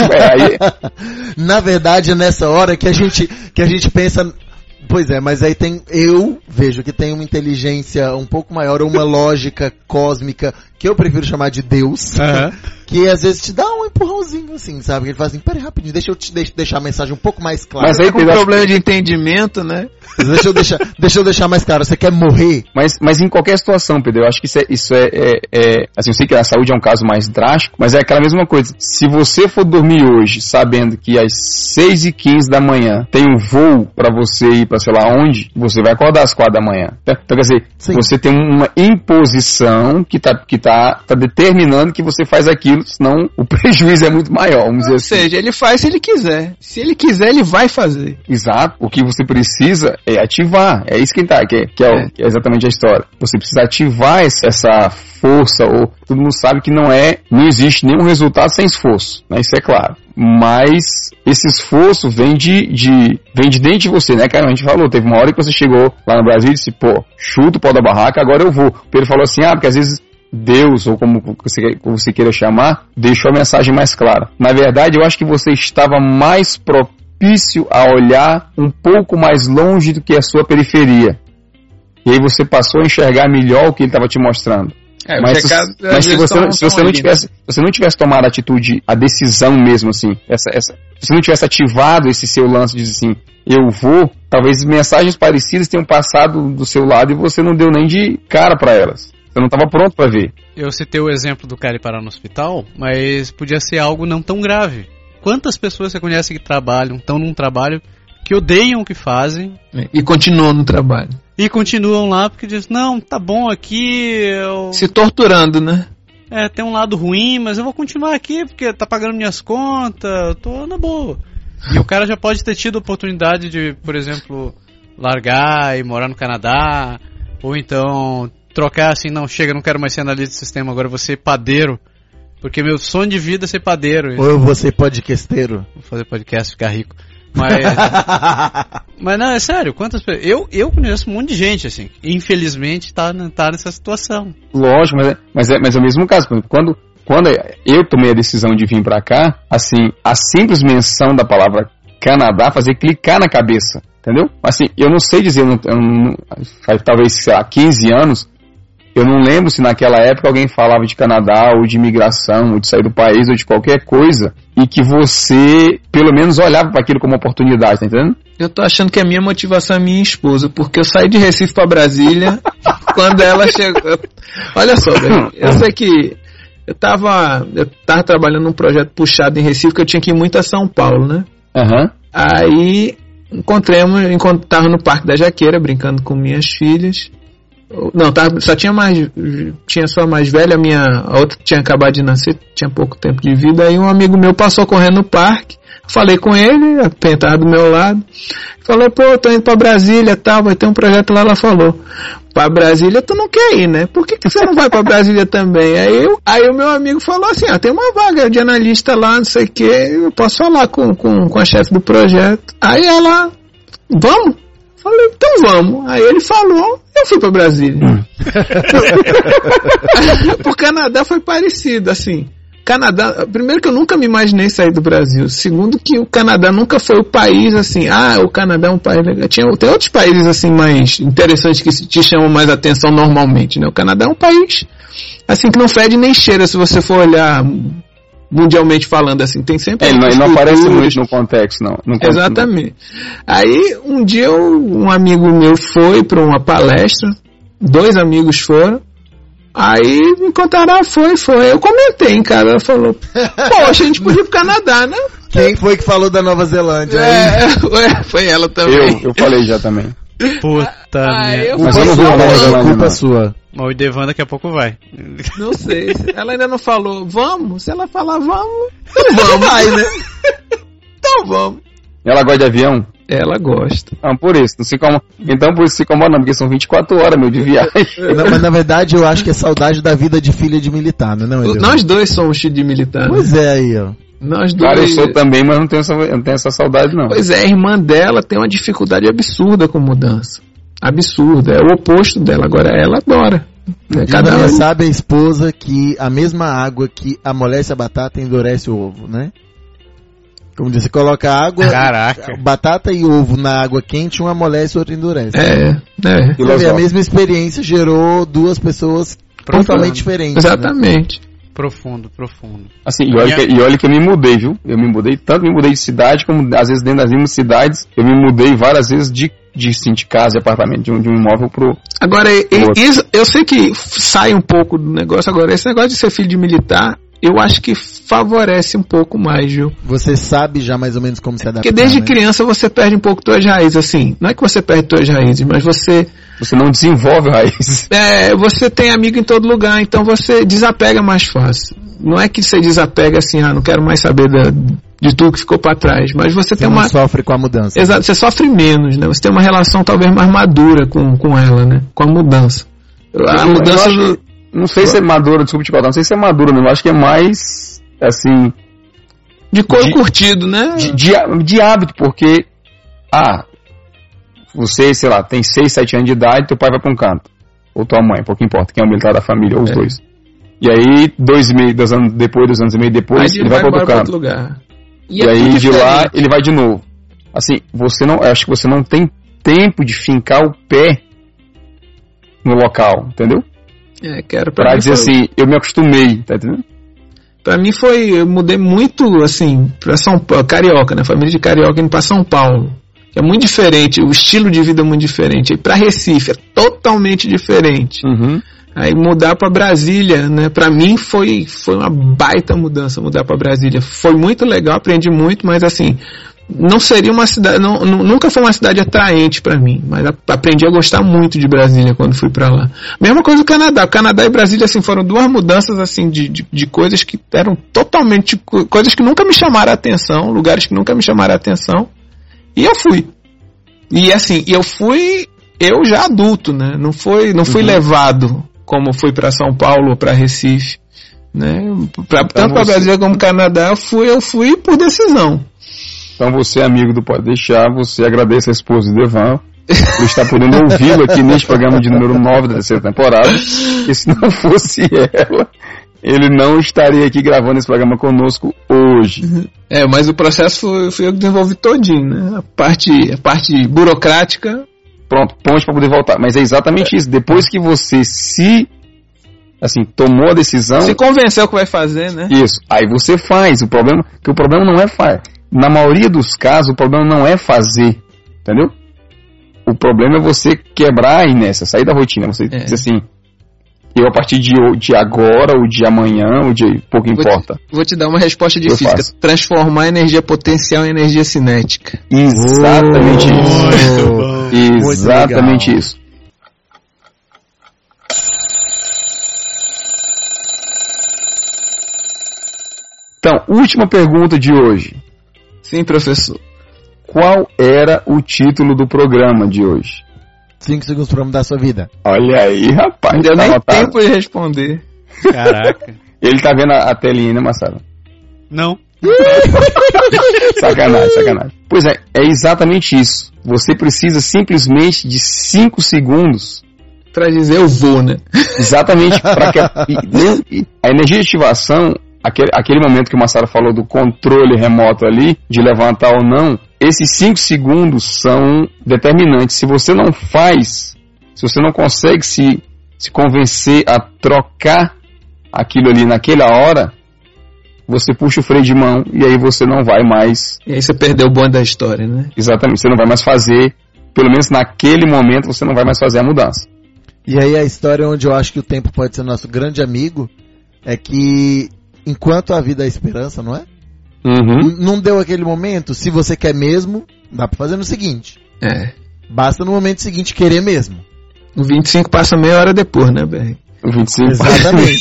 Na verdade, é nessa hora que a gente pensa... Pois é, mas aí eu vejo que tem uma inteligência um pouco maior, uma lógica cósmica, que eu prefiro chamar de Deus, que às vezes te dá um empurrãozinho assim, sabe? Ele fala assim, peraí rapidinho, deixa eu te deixar a mensagem um pouco mais clara. Mas aí com problema de entendimento, né? Deixa eu deixar mais claro, você quer morrer? Mas em qualquer situação, Pedro, eu acho que isso é assim, eu sei que a saúde é um caso mais drástico, mas é aquela mesma coisa. Se você for dormir hoje sabendo que às 6h15 da manhã tem um voo pra você ir pra sei lá onde, você vai acordar às 4 da manhã. Então, quer dizer, sim, você tem uma imposição que tá determinando que você faz aquilo, senão o prejuízo é muito maior, vamos dizer assim. Ou seja, ele faz se ele quiser. Se ele quiser, ele vai fazer. Exato. O que você precisa é ativar. É isso que é exatamente a história. Você precisa ativar essa força, ou todo mundo sabe que não existe nenhum resultado sem esforço, né? Isso é claro. Mas esse esforço vem de dentro de você, né, cara? A gente falou, teve uma hora que você chegou lá no Brasil e disse, chuta o pau da barraca, agora eu vou. O Pedro falou assim, porque às vezes Deus, ou como você queira chamar, deixou a mensagem mais clara. Na verdade, eu acho que você estava mais propício a olhar um pouco mais longe do que a sua periferia. E aí você passou a enxergar melhor o que ele estava te mostrando. Mas se você não tivesse tomado a atitude, a decisão mesmo, assim, se você não tivesse ativado esse seu lance de dizer assim, eu vou, talvez mensagens parecidas tenham passado do seu lado e você não deu nem de cara para elas. Você não estava pronto para ver. Eu citei o exemplo do cara ir parar no hospital, mas podia ser algo não tão grave. Quantas pessoas você conhece que estão num trabalho que odeiam o que fazem e continuam no trabalho? E continuam lá porque dizem, não, tá bom aqui... Se torturando, né? Tem um lado ruim, mas eu vou continuar aqui porque tá pagando minhas contas, eu tô na boa. E o cara já pode ter tido a oportunidade de, por exemplo, largar e morar no Canadá, ou então trocar assim, não, chega, não quero mais ser analista de sistema, agora eu vou ser padeiro, porque meu sonho de vida é ser padeiro. Ou eu vou ser podcasteiro. Vou fazer podcast, ficar rico. Mas não, é sério, quantas pessoas... Eu conheço um monte de gente, assim, infelizmente tá nessa situação. Lógico, mas é o mesmo caso. Quando eu tomei a decisão de vir pra cá, assim, a simples menção da palavra Canadá fazia clicar na cabeça, entendeu? Assim, eu não sei dizer, faz talvez, sei lá, 15 anos, eu não lembro se naquela época alguém falava de Canadá, ou de imigração, ou de sair do país, ou de qualquer coisa, e que você, pelo menos, olhava para aquilo como oportunidade, tá entendendo? Eu tô achando que a minha motivação é minha esposa, porque eu saí de Recife para Brasília, quando ela chegou... Olha só, eu sei que eu tava trabalhando num projeto puxado em Recife, que eu tinha que ir muito a São Paulo, né? Uhum. Aí, tava no Parque da Jaqueira, brincando com minhas filhas. Não, só tinha só a mais velha, a outra tinha acabado de nascer, tinha pouco tempo de vida. Aí um amigo meu passou correndo no parque, falei com ele, tava do meu lado, falei, tô indo pra Brasília e tal, vai ter um projeto lá. Ela falou, pra Brasília tu não quer ir, né? Por que você não vai pra Brasília também? Aí o meu amigo falou assim, tem uma vaga de analista lá, não sei o que, eu posso falar com a chefe do projeto. Aí ela, vamos? Falei, então vamos. Aí ele falou, eu fui pra Brasília. Pro Canadá foi parecido, assim. Canadá, primeiro que eu nunca me imaginei sair do Brasil. Segundo que o Canadá nunca foi o país assim, o Canadá é um país legal. Tem outros países assim mais interessantes que te chamam mais atenção normalmente, né? O Canadá é um país assim que não fede nem cheira se você for olhar mundialmente falando, assim, tem sempre... Ele não aparece muito no contexto, não. Exatamente. Aí, um dia, um amigo meu foi para uma palestra, 2 amigos foram, aí me contaram, foi. Eu comentei, hein, cara, ela falou, poxa, a gente podia ir pro Canadá, né? Quem foi que falou da Nova Zelândia? Foi ela também. Eu falei já também. Puta merda. Mas eu não vou falar culpa sua. Mas o Idevan daqui a pouco vai. Não sei. Ela ainda não falou, vamos? Se ela falar vamos, então vamos. Vai, né? Então vamos. Ela gosta de avião? Ela gosta. Por isso. Então por isso se incomoda não, porque são 24 horas, meu, de viagem. Mas na verdade eu acho que é saudade da vida de filha de militar, não é? Nós dois somos filhos de militar. Pois é, aí, ó. Nós dois... Cara, eu sou também, mas não tenho essa saudade, não. Pois é, a irmã dela tem uma dificuldade absurda com mudança. Absurda. É o oposto dela. Agora ela adora. Cada um sabe a esposa que a mesma água que amolece a batata endurece o ovo, né? Como diz, você coloca água, batata e ovo na água quente, um amolece, o outro endurece. E a mesma experiência gerou 2 pessoas totalmente diferentes. Exatamente. Né? Profundo. Assim, e olha que eu me mudei, viu? Eu me mudei de cidade, como às vezes dentro das mesmas cidades, eu me mudei várias vezes de casa, de apartamento, de um imóvel pro... Agora, eu sei que sai um pouco do negócio, agora, esse negócio de ser filho de militar, eu acho que favorece um pouco mais, viu? Você sabe já mais ou menos como se adaptar, porque desde criança você perde um pouco tuas raízes, assim, não é que você perde tuas raízes, mas você não desenvolve raízes. Você tem amigo em todo lugar, então você desapega mais fácil. Não é que você desapega assim, não quero mais saber de tudo que ficou para trás, mas você tem não sofre com a mudança. Exato, você sofre menos, né? Você tem uma relação talvez mais madura com ela, né? Com a mudança. A mudança... Não sei se é madura, desculpa te contar, não sei se é madura, não. Eu acho que é mais, assim... De couro curtido, né? De hábito, porque... você, sei lá, tem 6, 7 anos de idade, teu pai vai pra um canto. Ou tua mãe, pouco importa, quem é o militar da família, ou os dois. E aí, 2 anos e meio depois, ele vai pra outro canto. Lugar. E aí, de lá, ele vai de novo. Assim, eu acho que você não tem tempo de fincar o pé no local, entendeu? Pra dizer assim, eu me acostumei, tá entendendo? Pra mim eu mudei muito, assim, pra São Paulo, carioca, né? Família de carioca indo pra São Paulo. Que é muito diferente, o estilo de vida é muito diferente. Aí pra Recife é totalmente diferente. Uhum. Aí mudar pra Brasília, né? Pra mim foi uma baita mudança mudar pra Brasília. Foi muito legal, aprendi muito, mas assim, não seria uma cidade, nunca foi uma cidade atraente pra mim, mas aprendi a gostar muito de Brasília quando fui pra lá. Mesma coisa do Canadá. O Canadá e Brasília, assim, foram 2 mudanças, assim, de coisas que eram totalmente, coisas que nunca me chamaram a atenção, lugares que nunca me chamaram a atenção, e eu fui. E assim, eu já adulto, né? Não fui levado como fui pra São Paulo ou pra Recife, né? Tanto pra Brasília como Canadá, eu fui por decisão. Então você, amigo do Pode Deixar, você agradece a esposa de Devan por estar podendo ouvi-lo aqui neste programa de número 9 da 3ª temporada. E se não fosse ela, ele não estaria aqui gravando esse programa conosco hoje. Mas o processo fui eu que desenvolvi todinho, né? A parte burocrática. Pronto, ponte para poder voltar. Mas é exatamente isso. Depois que você tomou a decisão... Se convenceu que vai fazer, né? Isso. Aí você faz. O problema não é fazer. Na maioria dos casos, o problema não é fazer, entendeu? O problema é você quebrar a inércia, sair da rotina. Você diz assim, eu a partir de agora, ou de amanhã, ou de pouco importa. Vou te dar uma resposta de física. Transformar a energia potencial em energia cinética. Exatamente isso. Exatamente isso. Então, última pergunta de hoje. Sim, professor. Qual era o título do programa de hoje? 5 segundos para mudar a sua vida. Olha aí, rapaz. Não deu nem tempo de responder. Caraca. Ele tá vendo a telinha, né, Marcelo? Não. Sacanagem. Pois é exatamente isso. Você precisa simplesmente de 5 segundos para dizer eu vou, né? Exatamente. Para que a energia de ativação, aquele momento que o Massaro falou do controle remoto ali, de levantar ou não, esses 5 segundos são determinantes. Se você não faz, se você não consegue se convencer a trocar aquilo ali naquela hora, você puxa o freio de mão e aí você não vai mais... E aí você perdeu o bonde da história, né? Exatamente, você não vai mais fazer, pelo menos naquele momento, você não vai mais fazer a mudança. E aí a história onde eu acho que o tempo pode ser nosso grande amigo é que enquanto a vida é esperança, não é? Uhum. Não deu aquele momento, se você quer mesmo, dá pra fazer no seguinte. Basta no momento seguinte querer mesmo. O 25 passa meia hora depois, né, BR? O 25 Exatamente.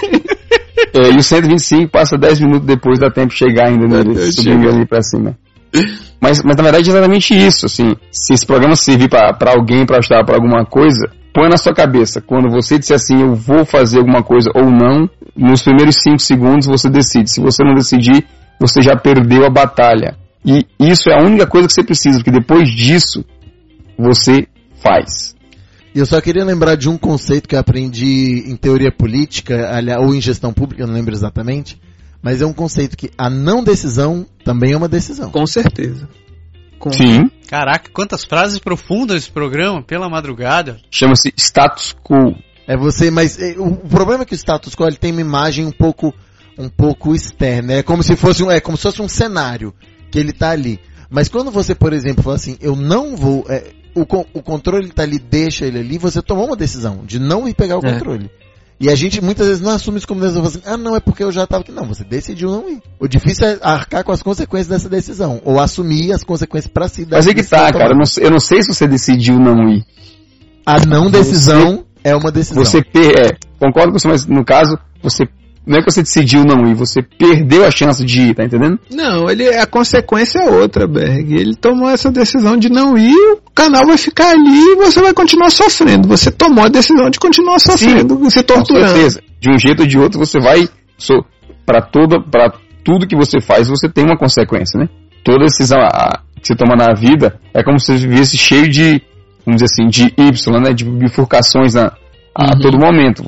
E o 125 passa 10 minutos depois, dá tempo de chegar ainda, né? Subindo ali pra cima. Mas na verdade é exatamente isso, assim. Se esse programa servir pra alguém, pra ajudar pra alguma coisa, põe na sua cabeça. Quando você disser assim, eu vou fazer alguma coisa ou não, nos primeiros 5 segundos você decide. Se você não decidir, você já perdeu a batalha. E isso é a única coisa que você precisa, porque depois disso, você faz. E eu só queria lembrar de um conceito que eu aprendi em teoria política, ou em gestão pública, eu não lembro exatamente, mas é um conceito que a não decisão também é uma decisão. Com certeza. Sim. Caraca, quantas frases profundas esse programa, pela madrugada. Chama-se status quo. É você, mas o problema é que o status quo ele tem uma imagem um pouco externa, é como se fosse um cenário que ele tá ali. Mas quando você, por exemplo, fala assim, eu não vou, o controle tá ali, deixa ele ali, você tomou uma decisão de não ir pegar o controle. E a gente muitas vezes não assume isso como decisão, assim, não, é porque eu já tava aqui. Não, você decidiu não ir. O difícil é arcar com as consequências dessa decisão, ou assumir as consequências pra si. Mas é que tá, cara, eu não sei se você decidiu não ir. A não decisão é uma decisão. Você concordo com você, mas no caso, não é que você decidiu não ir, você perdeu a chance de ir, tá entendendo? Não, a consequência é outra, Berg. Ele tomou essa decisão de não ir, o canal vai ficar ali e você vai continuar sofrendo. Você tomou a decisão de continuar sofrendo, se torturando. Com certeza. De um jeito ou de outro, você vai... Pra tudo que você faz, você tem uma consequência, né? Toda decisão que você toma na vida é como se você vivesse cheio de, vamos dizer assim, de Y, né? De bifurcações a todo momento.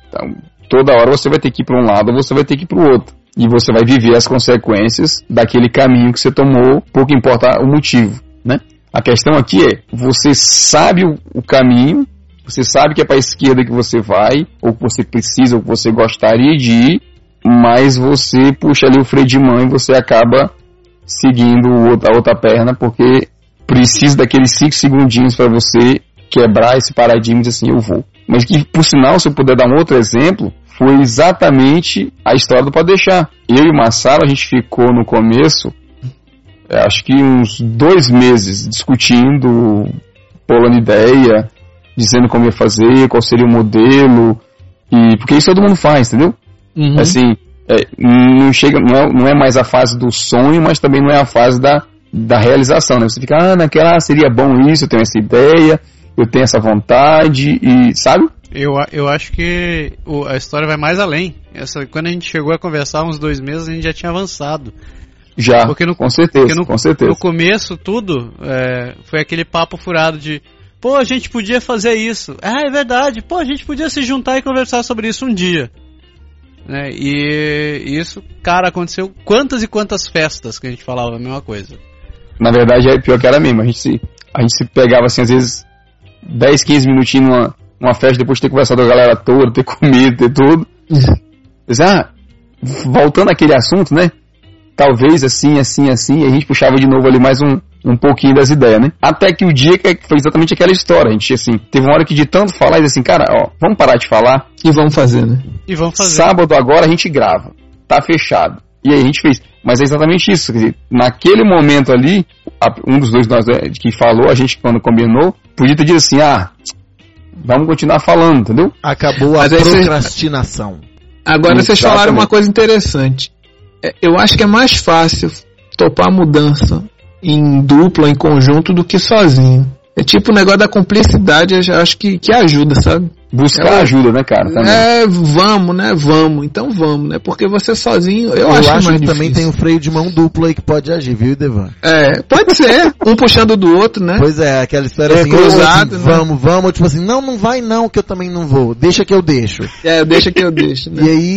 Toda hora você vai ter que ir para um lado ou você vai ter que ir para o outro. E você vai viver as consequências daquele caminho que você tomou, pouco importa o motivo, né? A questão aqui é, você sabe o caminho, você sabe que é para a esquerda que você vai, ou que você precisa, ou que você gostaria de ir, mas você puxa ali o freio de mão e você acaba seguindo a outra perna, porque precisa daqueles 5 segundinhos para você quebrar esse paradigma e dizer assim, eu vou. Mas que, por sinal, se eu puder dar um outro exemplo, foi exatamente a história do Pode Deixar. Eu e o Massaro, a gente ficou no começo, acho que uns 2 meses discutindo, polando ideia, dizendo como ia fazer, qual seria o modelo, porque isso todo mundo faz, entendeu? Uhum. Assim, não é mais a fase do sonho, mas também não é a fase da realização, né? Você fica, naquela seria bom isso, eu tenho essa ideia, eu tenho essa vontade, e sabe? Eu acho que a história vai mais além. Quando a gente chegou a conversar uns 2 meses, a gente já tinha avançado. Já, com certeza. No começo, tudo foi aquele papo furado de, pô, a gente podia fazer isso. É verdade, pô, a gente podia se juntar e conversar sobre isso um dia. Né? E isso, cara, aconteceu quantas e quantas festas que a gente falava a mesma coisa. Na verdade, é pior que era mesmo. A gente se pegava assim, às vezes, 10, 15 minutinhos numa festa, depois de ter conversado com a galera toda, ter comido, ter tudo. Mas, voltando àquele assunto, né? Talvez assim, e a gente puxava de novo ali mais um pouquinho das ideias, né? Até que o dia que foi exatamente aquela história. A gente, assim, teve uma hora que de tanto falar, e assim, cara, vamos parar de falar. E vamos fazer, né? Sábado agora a gente grava. Tá fechado. E aí a gente fez. Mas é exatamente isso. Quer dizer, naquele momento ali, um dos dois nós que falou, a gente quando combinou, podia ter dito assim, vamos continuar falando, entendeu? Acabou a procrastinação. Agora vocês falaram uma coisa interessante. Eu acho que é mais fácil topar a mudança em dupla, em conjunto, do que sozinho. É tipo o negócio da cumplicidade, eu acho que ajuda, sabe? Buscar ajuda, né, cara? Também. Vamos, né? Então vamos, né? Porque você sozinho, eu acho mais difícil. Também tem um freio de mão duplo aí que pode agir, viu, Devan? Pode ser. Um puxando do outro, né? Pois é, aquela história assim, cruzado, assim, né? Vamos, tipo assim, não vai não, que eu também não vou. Deixa que eu deixo. Deixa que eu deixo, né? E aí,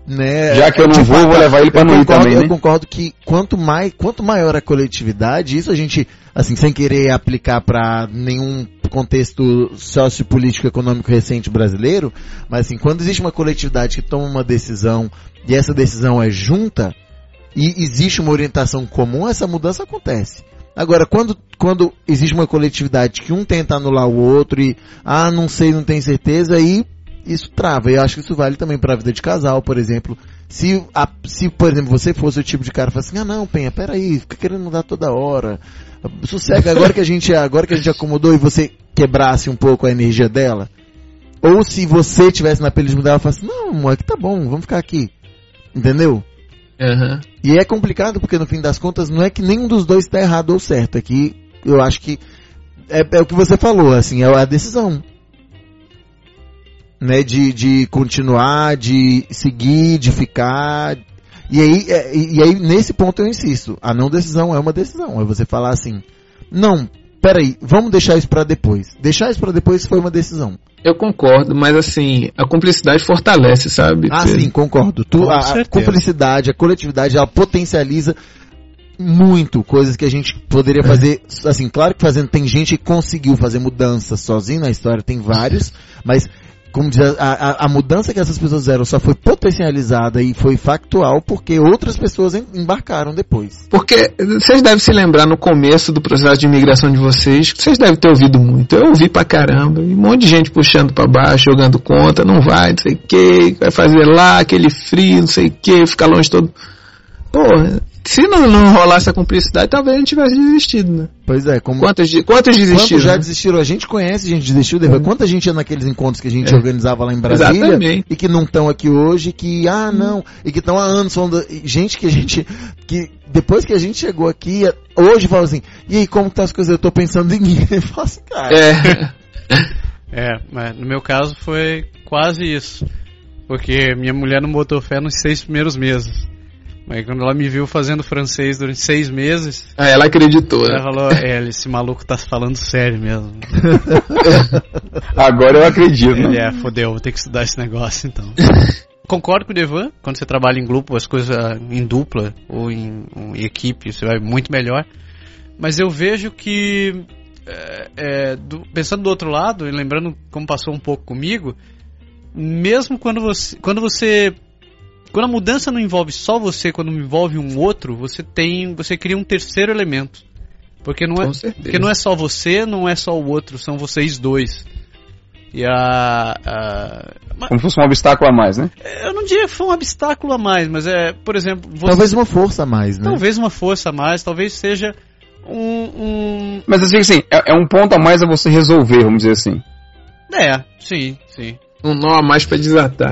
né? Já que eu não vou levar ele pra não ir também, né? Eu concordo que quanto maior a coletividade, isso a gente, assim, sem querer aplicar para nenhum contexto sociopolítico econômico recente brasileiro, mas assim, quando existe uma coletividade que toma uma decisão e essa decisão é junta e existe uma orientação comum, essa mudança acontece. Agora, quando existe uma coletividade que um tenta anular o outro e, não sei, não tenho certeza, aí isso trava. Eu acho que isso vale também para a vida de casal, por exemplo. Se, por exemplo, você fosse o tipo de cara que fala assim, não, Penha, peraí, fica querendo mudar toda hora. Sossega, agora que a gente acomodou e você quebrasse um pouco a energia dela. Ou se você tivesse na pele de mudar, ela fala assim, não, amor, aqui tá bom, vamos ficar aqui. Entendeu? Uhum. E é complicado porque no fim das contas não é que nenhum dos dois está errado ou certo. Aqui eu acho que é o que você falou, assim, é a decisão, né, de continuar, de seguir, de ficar. E aí nesse ponto eu insisto, a não decisão é uma decisão. É você falar assim, não, peraí, vamos deixar isso para depois. Deixar isso para depois foi uma decisão. Eu concordo, mas assim, a cumplicidade fortalece, sabe? Sim, concordo. A cumplicidade, a coletividade, ela potencializa muito coisas que a gente poderia fazer, assim, claro que tem gente que conseguiu fazer mudanças sozinho na história, tem vários, mas como diz, a mudança que essas pessoas fizeram só foi potencializada e foi factual porque outras pessoas embarcaram depois. Porque vocês devem se lembrar no começo do processo de imigração de vocês devem ter ouvido muito. Eu ouvi pra caramba. E um monte de gente puxando pra baixo, jogando conta, não vai, não sei o que, vai fazer lá, aquele frio, não sei o que, ficar longe todo. Porra, se não rolasse a cumplicidade, talvez a gente tivesse desistido, né? Pois é. Quantos desistiram? Quantos já desistiram? A gente conhece, a gente desistiu. Quanta gente ia naqueles encontros que a gente organizava lá em Brasília. Exatamente. E que não estão aqui hoje, que, não, e que estão há anos falando, gente que depois que a gente chegou aqui, hoje fala assim, e aí, como estão as coisas? Eu tô pensando em mim. Eu falo assim, cara. Mas no meu caso foi quase isso. Porque minha mulher não botou fé nos 6 primeiros meses. Mas quando ela me viu fazendo francês durante 6 meses... ela acreditou. Ela falou, esse maluco tá falando sério mesmo. Agora eu acredito. Ele fodeu, vou ter que estudar esse negócio então. Concordo com o Devan, quando você trabalha em grupo, as coisas em dupla ou em equipe, você vai muito melhor. Mas eu vejo que, pensando do outro lado, e lembrando como passou um pouco comigo, mesmo quando a mudança não envolve só você, quando envolve um outro, você cria um terceiro elemento. Porque não é só você, não é só o outro, são vocês dois. E como se fosse um obstáculo a mais, né? Eu não diria que foi um obstáculo a mais, mas por exemplo... Talvez uma força a mais, né? Talvez uma força a mais, talvez seja Mas assim, é um ponto a mais a você resolver, vamos dizer assim. Sim. Um nó a mais para desatar.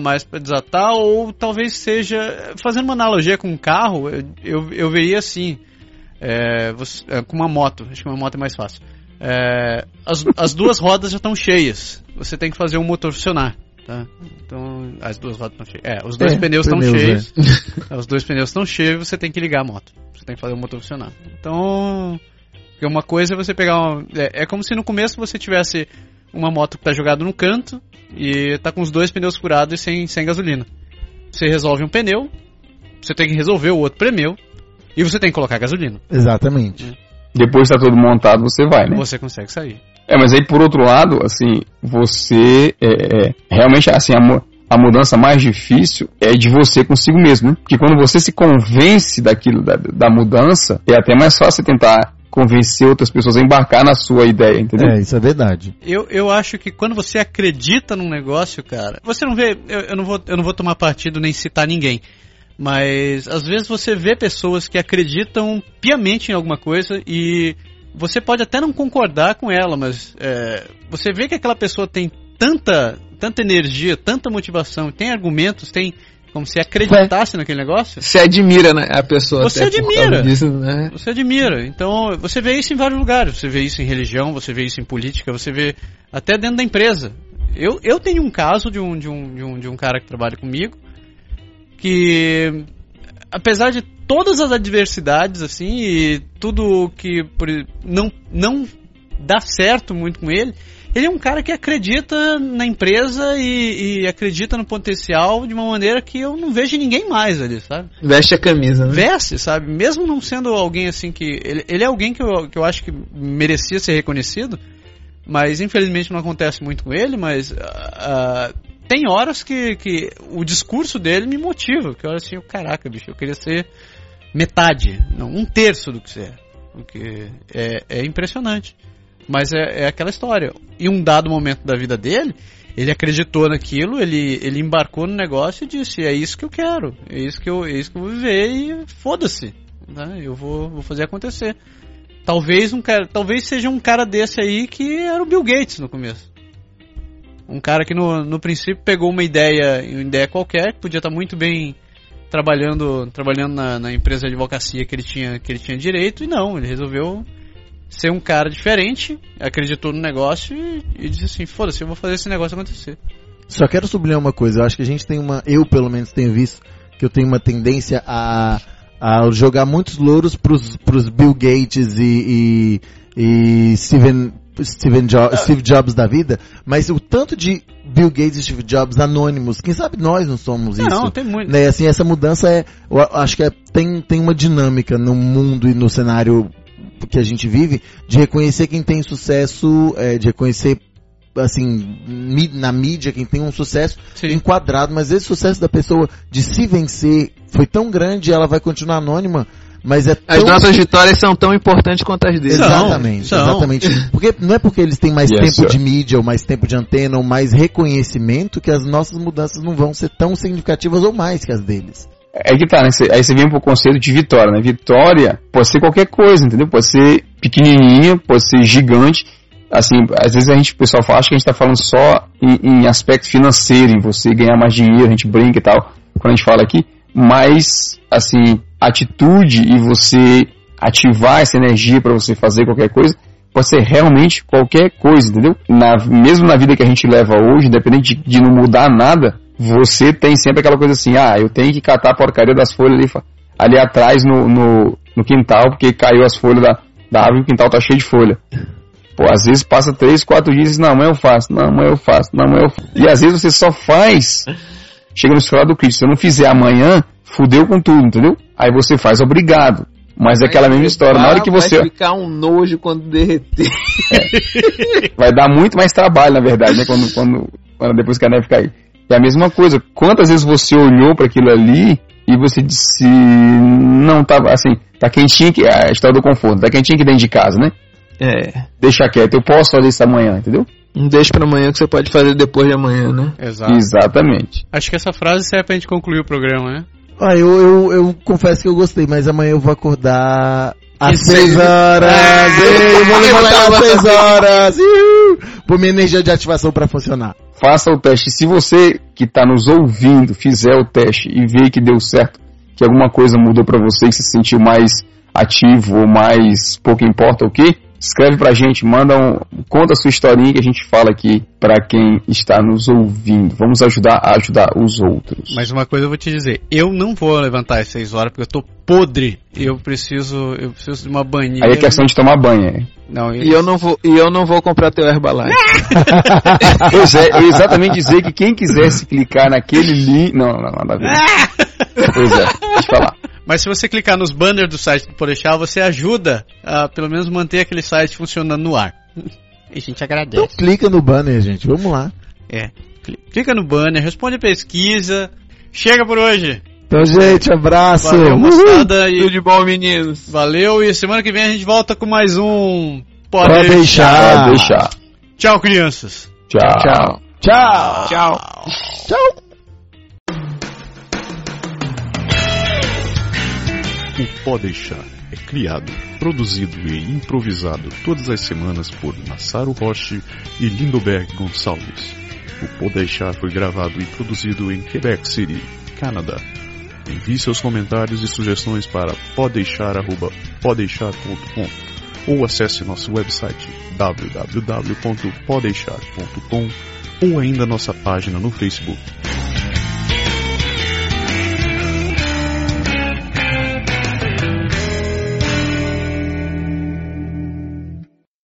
Ou talvez seja... Fazendo uma analogia com um carro, eu veria assim... com uma moto. Acho que uma moto é mais fácil. As duas rodas já estão cheias. Você tem que fazer o motor funcionar. Tá? Então, as duas rodas estão cheias. Os dois pneus estão cheios. Os dois pneus estão cheios e você tem que ligar a moto. Você tem que fazer o motor funcionar. Então... uma coisa é você pegar é como se no começo você tivesse... uma moto que está jogada no canto e está com os 2 pneus furados e sem gasolina. Você resolve um pneu, você tem que resolver o outro pneu e você tem que colocar gasolina. Exatamente. Depois está tudo montado, você vai, né? Você consegue sair. Mas aí por outro lado, assim, você realmente, assim, a mudança mais difícil é de você consigo mesmo, né? Porque quando você se convence daquilo, da mudança, é até mais fácil tentar convencer outras pessoas a embarcar na sua ideia, entendeu? Isso é verdade. Eu acho que quando você acredita num negócio, cara, você não vê, eu não vou tomar partido nem citar ninguém, mas às vezes você vê pessoas que acreditam piamente em alguma coisa e você pode até não concordar com ela, mas você vê que aquela pessoa tem tanta energia, tanta motivação, tem argumentos, tem como se acreditasse naquele negócio. Você admira, né, a pessoa. Você admira. Disso, né? Você admira. Então, você vê isso em vários lugares. Você vê isso em religião, você vê isso em política, você vê até dentro da empresa. Eu tenho um caso de um cara que trabalha comigo que, apesar de todas as adversidades, assim, e tudo que não dá certo muito com ele, ele é um cara que acredita na empresa e acredita no potencial de uma maneira que eu não vejo ninguém mais ali, sabe? Veste a camisa, né? Veste, sabe? Mesmo não sendo alguém assim que... Ele é alguém que eu acho que merecia ser reconhecido, mas infelizmente não acontece muito com ele, mas tem horas que o discurso dele me motiva, que eu olho assim, caraca, bicho, eu queria ser metade, não, 1/3 do que você é. Porque é impressionante. Mas é aquela história. Em um dado momento da vida dele, ele acreditou naquilo, ele embarcou no negócio e disse, é isso que eu quero, é isso que eu vou viver e foda-se, né? Eu vou fazer acontecer. Talvez seja um cara desse aí que era o Bill Gates no começo. Um cara que no princípio pegou uma ideia qualquer, que podia estar muito bem trabalhando na empresa de advocacia que ele tinha direito, e não, ele resolveu ser um cara diferente, acreditou no negócio e disse assim, foda-se, eu vou fazer esse negócio acontecer. Só quero sublinhar uma coisa, eu acho que a gente tem eu pelo menos tenho visto que eu tenho uma tendência a jogar muitos louros pros Bill Gates e Steve Jobs da vida, mas o tanto de Bill Gates e Steve Jobs anônimos, quem sabe nós não somos isso. Não, tem muito. Né? Assim, essa mudança eu acho que tem uma dinâmica no mundo e no cenário que a gente vive, de reconhecer quem tem sucesso, de reconhecer, assim, na mídia, quem tem um sucesso enquadrado, mas esse sucesso da pessoa de se vencer foi tão grande, ela vai continuar anônima, mas as nossas vitórias são tão importantes quanto as deles. Exatamente. Porque não é porque eles têm mais tempo de mídia, ou mais tempo de antena, ou mais reconhecimento, que as nossas mudanças não vão ser tão significativas ou mais que as deles. É que tá, né? Aí você vem pro conceito de vitória, né? Vitória pode ser qualquer coisa, entendeu? Pode ser pequenininha, pode ser gigante. Assim, às vezes o pessoal acha que a gente tá falando só em aspecto financeiro, em você ganhar mais dinheiro, a gente brinca e tal, quando a gente fala aqui. Mas, assim, atitude e você ativar essa energia para você fazer qualquer coisa, pode ser realmente qualquer coisa, entendeu? Mesmo na vida que a gente leva hoje, independente de não mudar nada, você tem sempre aquela coisa assim, eu tenho que catar a porcaria das folhas ali atrás no quintal, porque caiu as folhas da árvore e o quintal tá cheio de folha. Pô, às vezes passa 3, 4 dias e diz, não, amanhã eu faço. E às vezes você só faz, chega no final do crítico, se eu não fizer amanhã, fudeu com tudo, entendeu? Aí você faz obrigado. Mas é aquela mesma história, na hora que você... Vai ficar um nojo quando derreter. Vai dar muito mais trabalho, na verdade, né, quando depois que a neve cair. É a mesma coisa, quantas vezes você olhou para aquilo ali e você disse, não, tá assim, tá quentinho, a história do conforto, tá quentinho aqui dentro de casa, né? Deixa quieto, eu posso fazer isso amanhã, entendeu? Não deixa pra amanhã que você pode fazer depois de amanhã, né? Exatamente. Acho que essa frase serve pra gente concluir o programa, né? Eu confesso que eu gostei, mas amanhã eu vou acordar às 6 horas. Eu vou levantar às 6 horas. Por minha energia de ativação pra funcionar. Faça o teste. Se você que está nos ouvindo fizer o teste e ver que deu certo, que alguma coisa mudou para você, que se sentiu mais ativo ou mais pouco importa o que, escreve pra gente, conta a sua historinha que a gente fala aqui pra quem está nos ouvindo. Vamos ajudar a ajudar os outros. Mas uma coisa eu vou te dizer, eu não vou levantar às 6 horas porque eu tô podre. Eu preciso de uma banheira. Aí é questão de tomar banho, é. Não, eu não vou comprar teu Herbalife. Pois é, eu exatamente dizer que quem quisesse clicar naquele link... Não, nada a ver. Pois é, deixa eu falar. Mas se você clicar nos banners do site do Podeixar, você ajuda a pelo menos manter aquele site funcionando no ar. E a gente agradece. Então clica no banner, gente, vamos lá. Clica no banner, responde a pesquisa. Chega por hoje. Então, gente, abraço. Valeu, moçada. Tudo de bom, meninos. Valeu, e semana que vem a gente volta com mais um Pode deixar. Tchau, crianças. Tchau. O Pode Deixar é criado, produzido e improvisado todas as semanas por Massaro Roche e Lindoberg Gonçalves. O Pode Deixar foi gravado e produzido em Quebec City, Canadá. Envie seus comentários e sugestões para podeixar@podeixar.com ou acesse nosso website www.podeixar.com ou ainda nossa página no Facebook.